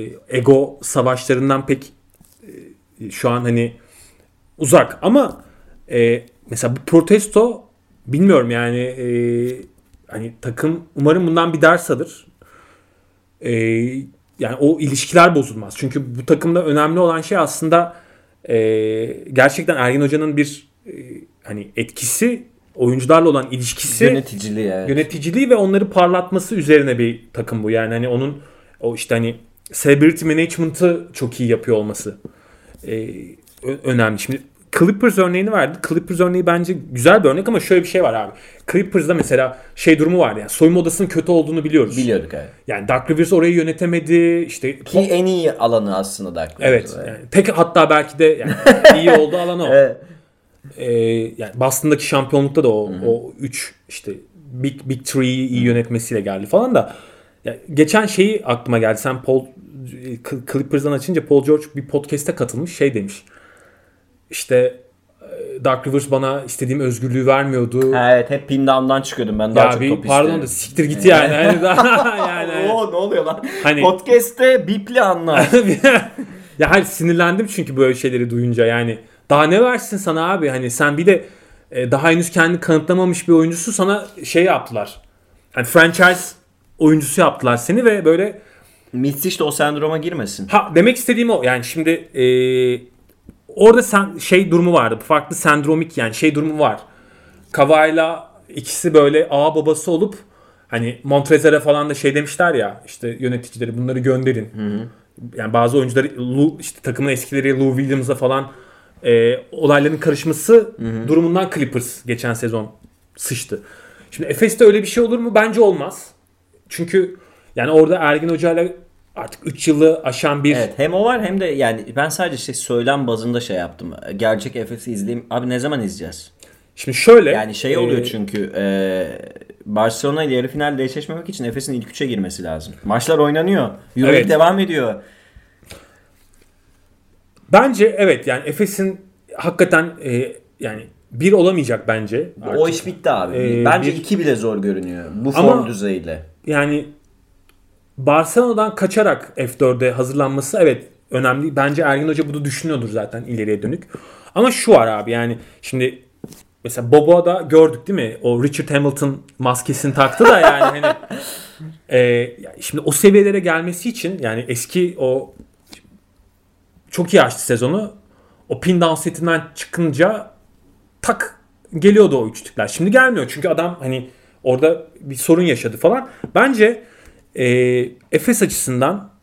ego savaşlarından pek e, şu an hani uzak ama e, mesela bu protesto bilmiyorum yani e, hani takım umarım bundan bir ders alır. E, Yani o ilişkiler bozulmaz. Çünkü bu takımda önemli olan şey aslında e, gerçekten Ergin Hoca'nın bir e, hani etkisi, oyuncularla olan ilişkisi, yöneticiliği, evet. yöneticiliği ve onları parlatması üzerine bir takım bu. Yani hani onun o işte hani celebrity management'ı çok iyi yapıyor olması e, önemli. Şimdi Clippers örneğini verdi. Clippers örneği bence güzel bir örnek ama şöyle bir şey var abi. Clippers'da mesela şey durumu var yani soyunma odasının kötü olduğunu biliyoruz. Biliyorduk evet. Yani Doug Rivers orayı yönetemedi. İşte ki po- en iyi alanı aslında Doug Rivers. Evet. Yani tek hatta belki de yani iyi olduğu alan o. Evet. Ee, yani Boston'daki şampiyonlukta da o Hı-hı. o üç işte Big Big Three'yi iyi yönetmesiyle geldi falan da. Yani geçen şeyi aklıma geldi. Sen Paul Clippers'dan açınca Paul George bir podcast'e katılmış şey demiş. İşte Doug Rivers bana istediğim özgürlüğü vermiyordu. Ha, evet hep pin down'dan çıkıyordum ben daha ya çok bir, top pardon istedim. da siktir git yani. yani, daha, yani. Oo ne oluyor lan? Hani, podcast'te bipli anlar. Ya hayır sinirlendim çünkü böyle şeyleri duyunca yani. Daha ne versin sana abi? Hani sen bir de daha henüz kendini kanıtlamamış bir oyuncusu sana şey yaptılar. Hani franchise oyuncusu yaptılar seni ve böyle Mitsic de o sendroma girmesin. Ha demek istediğim o. Yani şimdi eee orada sen, şey durumu vardı. Farklı sendromik yani şey durumu var. Kavai'la ikisi böyle ağa babası olup hani Montrezer'e falan da şey demişler ya işte yöneticileri bunları gönderin. Hı hı. Yani bazı oyuncuları Lou, işte takımın eskileri Lou Williams'a falan e, olayların karışması hı hı. durumundan Clippers geçen sezon sıçtı. Şimdi Efes'te öyle bir şey olur mu? Bence olmaz. Çünkü yani orada Ergin Hoca'yla artık üç yılı aşan bir... Evet hem o var hem de yani ben sadece işte söylem bazında şey yaptım. Gerçek Efes'i izleyeyim. Abi ne zaman izleyeceğiz? Şimdi şöyle... Yani şey oluyor e... çünkü e, Barcelona ile yarı finalde eşleşmemek için Efes'in ilk üçe girmesi lazım. Maçlar oynanıyor. Euroleague evet. devam ediyor. Bence evet yani Efes'in hakikaten e, yani bir olamayacak bence. Artık. O iş bitti abi. Ee, bence bir... iki bile zor görünüyor. Bu form Ama düzeyiyle. Yani Barcelona'dan kaçarak F dörde hazırlanması evet önemli. Bence Ergin Hoca bunu düşünüyordur zaten ileriye dönük. Ama şu var abi yani şimdi mesela Bobo'da gördük değil mi? O Richard Hamilton maskesini taktı da yani hani e, şimdi o seviyelere gelmesi için yani eski o çok iyi açtı sezonu. O pin down setinden çıkınca tak geliyordu o üçlükler. Şimdi gelmiyor çünkü adam hani orada bir sorun yaşadı falan. Bence e, Efes açısından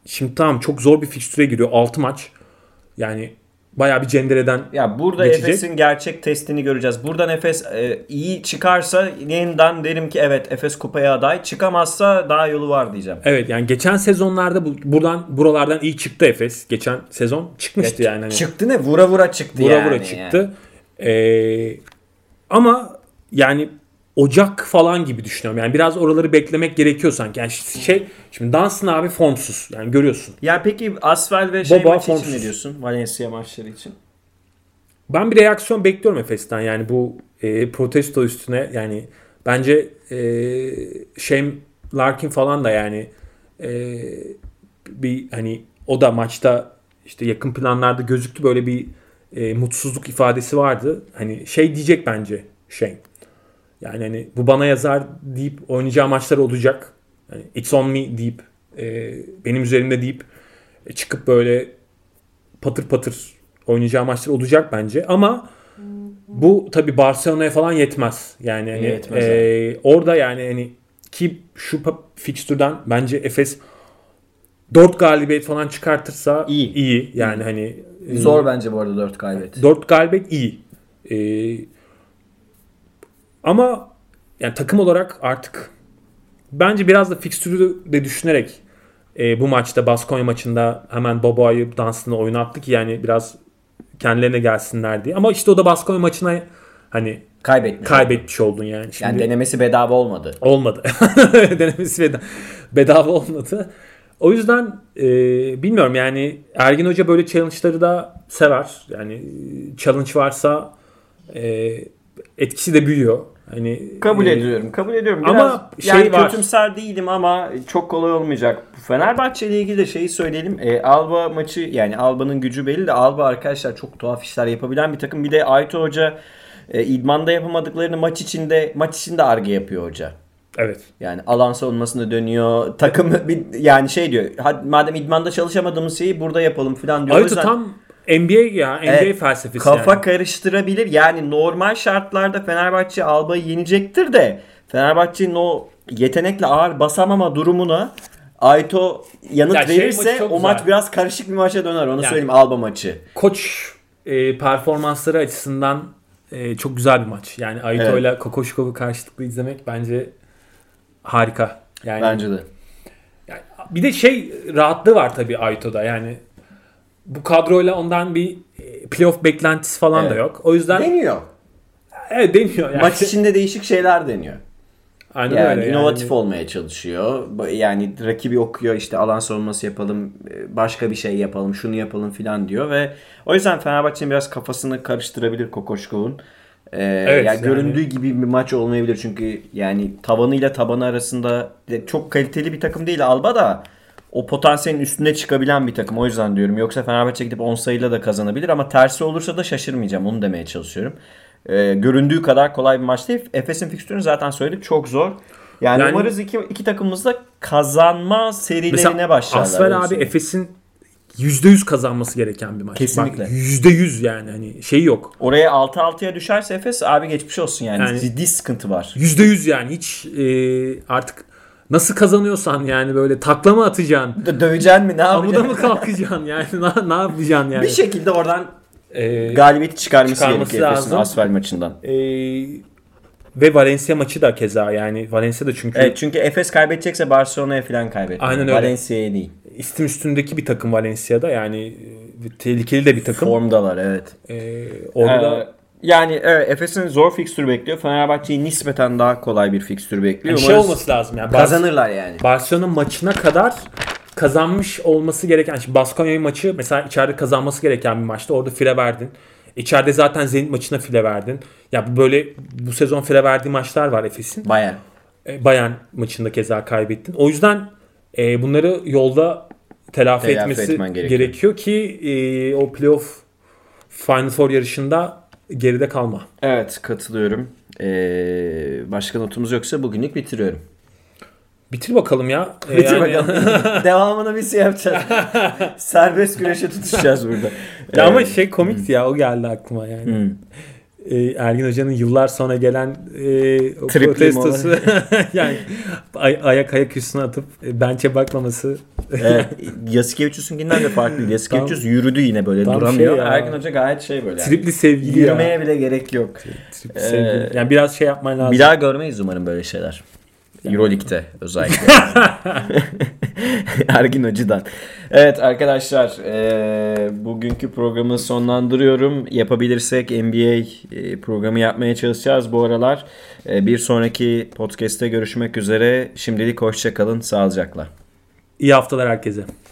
şimdi tamam çok zor bir fikstüre giriyor. altı maç. Yani bayağı bir cendereden ya burada geçecek. Efes'in gerçek testini göreceğiz. Buradan Efes e, iyi çıkarsa yeniden derim ki evet Efes kupaya aday. Çıkamazsa daha yolu var diyeceğim. Evet yani geçen sezonlarda bu, buradan buralardan iyi çıktı Efes. Geçen sezon çıkmıştı ya, yani. Hani, çıktı ne? Vura vura çıktı vura yani. Vura vura çıktı. Yani. Ee, ama yani Ocak falan gibi düşünüyorum. Yani biraz oraları beklemek gerekiyor sanki. Yani şey şimdi Dunstan abi formsuz. Yani görüyorsun. Ya peki Asvel ve şey Boba maçı formsuz. için ne diyorsun? Valencia maçları için. Ben bir reaksiyon bekliyorum Efes'ten. Yani bu e, protesto üstüne yani bence e, Shane Larkin falan da yani e, bir hani o da maçta işte yakın planlarda gözüktü, böyle bir e, mutsuzluk ifadesi vardı. Hani şey diyecek bence Shane. Yani hani bu bana yazar deyip oynayacağı maçlar olacak. Yani it's on me deyip e, benim üzerimde deyip e, çıkıp böyle patır patır oynayacağı maçlar olacak bence. Ama bu tabii Barcelona'ya falan yetmez. Yani hani yetmez e, orada yani hani ki şu fikstürden bence Efes dört galibiyet falan çıkartırsa iyi. iyi. Yani hani zor e, bence bu arada dört galibiyet. dört galibiyet iyi. E, ama yani takım olarak artık bence biraz da fikstürü de düşünerek e, bu maçta Baskonya maçında hemen Boboa'yı Dunstan'ı oyuna attı ki yani biraz kendilerine gelsinler diye. Ama işte o da Baskonya maçına hani kaybetmiş, kaybetmiş oldun yani. Şimdi, yani denemesi bedava olmadı. Olmadı. denemesi bedava, bedava olmadı. O yüzden e, bilmiyorum yani Ergin Hoca böyle challenge'ları da sever. Yani challenge varsa e, etkisi de büyüyor. Hani kabul e, ediyorum. Kabul ediyorum. Biraz, ama şey yani var. Kötümser değilim ama çok kolay olmayacak. Fenerbahçe ile ilgili de şeyi söyleyelim. E, Alba maçı, yani Alba'nın gücü belli de Alba arkadaşlar çok tuhaf işler yapabilen bir takım. Bir de Ayto Hoca e, idmanda yapamadıklarını maç içinde maç içinde arge yapıyor hoca. Evet. Yani alan savunmasında dönüyor. Takım bir, yani şey diyor. Hadi madem idmanda çalışamadığımız şeyi burada yapalım falan diyor. Ayto tam N B A ya. N B A evet, felsefesi kafa yani. karıştırabilir. Yani normal şartlarda Fenerbahçe Alba'yı yenecektir de Fenerbahçe'nin o yetenekle ağır basamama durumuna Ayto yanıt ya verirse şey, o maç biraz karışık bir maça döner. Onu yani, söyleyeyim Alba maçı. Koç e, performansları açısından e, çok güzel bir maç. Yani Ayto ile evet. Kokoşkov'u karşılıklı izlemek bence harika. Yani, bence de. Yani, bir de şey rahatlığı var tabii Ayto'da. Yani bu kadroyla ondan bir playoff beklentisi falan evet. da yok. O yüzden deniyor. Evet deniyor. Yani. Maç içinde değişik şeyler deniyor. Aynen yani öyle. inovatif yani. olmaya çalışıyor. Yani rakibi okuyor, işte alan savunması yapalım, başka bir şey yapalım, şunu yapalım filan diyor ve o yüzden Fenerbahçe'nin biraz kafasını karıştırabilir Kokoşkov'un. Ee, evet, yani göründüğü yani. gibi bir maç olmayabilir çünkü yani tavanıyla tabanı arasında çok kaliteli bir takım değil Alba da o potansiyelin üstüne çıkabilen bir takım, o yüzden diyorum. Yoksa Fenerbahçe gidip on sayıyla da kazanabilir ama tersi olursa da şaşırmayacağım, onu demeye çalışıyorum. Ee, göründüğü kadar kolay bir maç değil. Efes'in fikstürünü zaten söyledik, çok zor. Yani, yani umarız iki, iki takımımız da kazanma serilerine başlarlar. Asfer abi Efes'in yüzde yüz kazanması gereken bir maç. Kesinlikle. Bak, yüzde yüz yani hani şey yok. Oraya altı altıya düşerse Efes abi geçmiş olsun yani. yani ciddi sıkıntı var. yüzde yüz yani hiç e, artık nasıl kazanıyorsan yani böyle takla mı atacaksın? Dö- döveceksin mi? Ne yapacaksın? Amuda mı kalkacaksın yani? ne, ne yapacaksın yani? Bir şekilde oradan e, galibiyeti çıkarması, çıkarması gerekiyor Efes'in Asfer maçından. E, ve Valencia maçı da keza yani Valencia da çünkü. Evet, çünkü Efes kaybedecekse Barcelona'ya falan kaybetmiyor. Aynen öyle. Valencia'ya değil. İstim üstündeki bir takım Valencia'da yani tehlikeli de bir takım. Formdalar evet. Ee, orada ee, yani evet, Efes'in zor fikstür bekliyor. Fenerbahçe'yi nispeten daha kolay bir fikstür bekliyor. Yani şey olması lazım yani. Kazanırlar yani. Barcelona maçına kadar kazanmış olması gereken, şimdi Baskonya maçı mesela içeride kazanması gereken bir maçtı. Orada fire verdin. İçeride zaten Zenit maçına file verdin. Ya böyle bu sezon file verdiği maçlar var Efes'in. Bayern. E, Bayern maçında keza kaybettin. O yüzden e, bunları yolda telafi, telafi etmesi gerekiyor. gerekiyor ki e, o playoff Final Four yarışında geride kalma. Evet, katılıyorum. Ee, başka notumuz yoksa bugünlük bitiriyorum. Bitir bakalım ya. Bitir yani... bakalım. Devamını biz yapacağız. Serbest güreşe tutuşacağız burada. Ya ama şey komikti ya, o geldi aklıma yani. Hmm. Ee, Ergin Hoca'nın yıllar sonra gelen e, protestosu yani ay- ayak ayak üstüne atıp bench'e bakmaması Evet. Yasikevicius'unkinden de farklı. Yasikevicius yürüdü yine böyle duramıyor. Şey Ergin Hoca gayet şey böyle. Yani. Tripli sevgili Yürümeye ya. bile gerek yok. Tripli ee, sevgili. Yani biraz şey yapman lazım. Bir daha görmeyiz umarım böyle şeyler. Euroleague'de özellikle. Ergin Hoca'dan. Evet arkadaşlar e, bugünkü programı sonlandırıyorum. Yapabilirsek N B A e, programı yapmaya çalışacağız bu aralar. E, bir sonraki podcast'te görüşmek üzere. Şimdilik hoşça kalın, sağlıcakla. İyi haftalar herkese.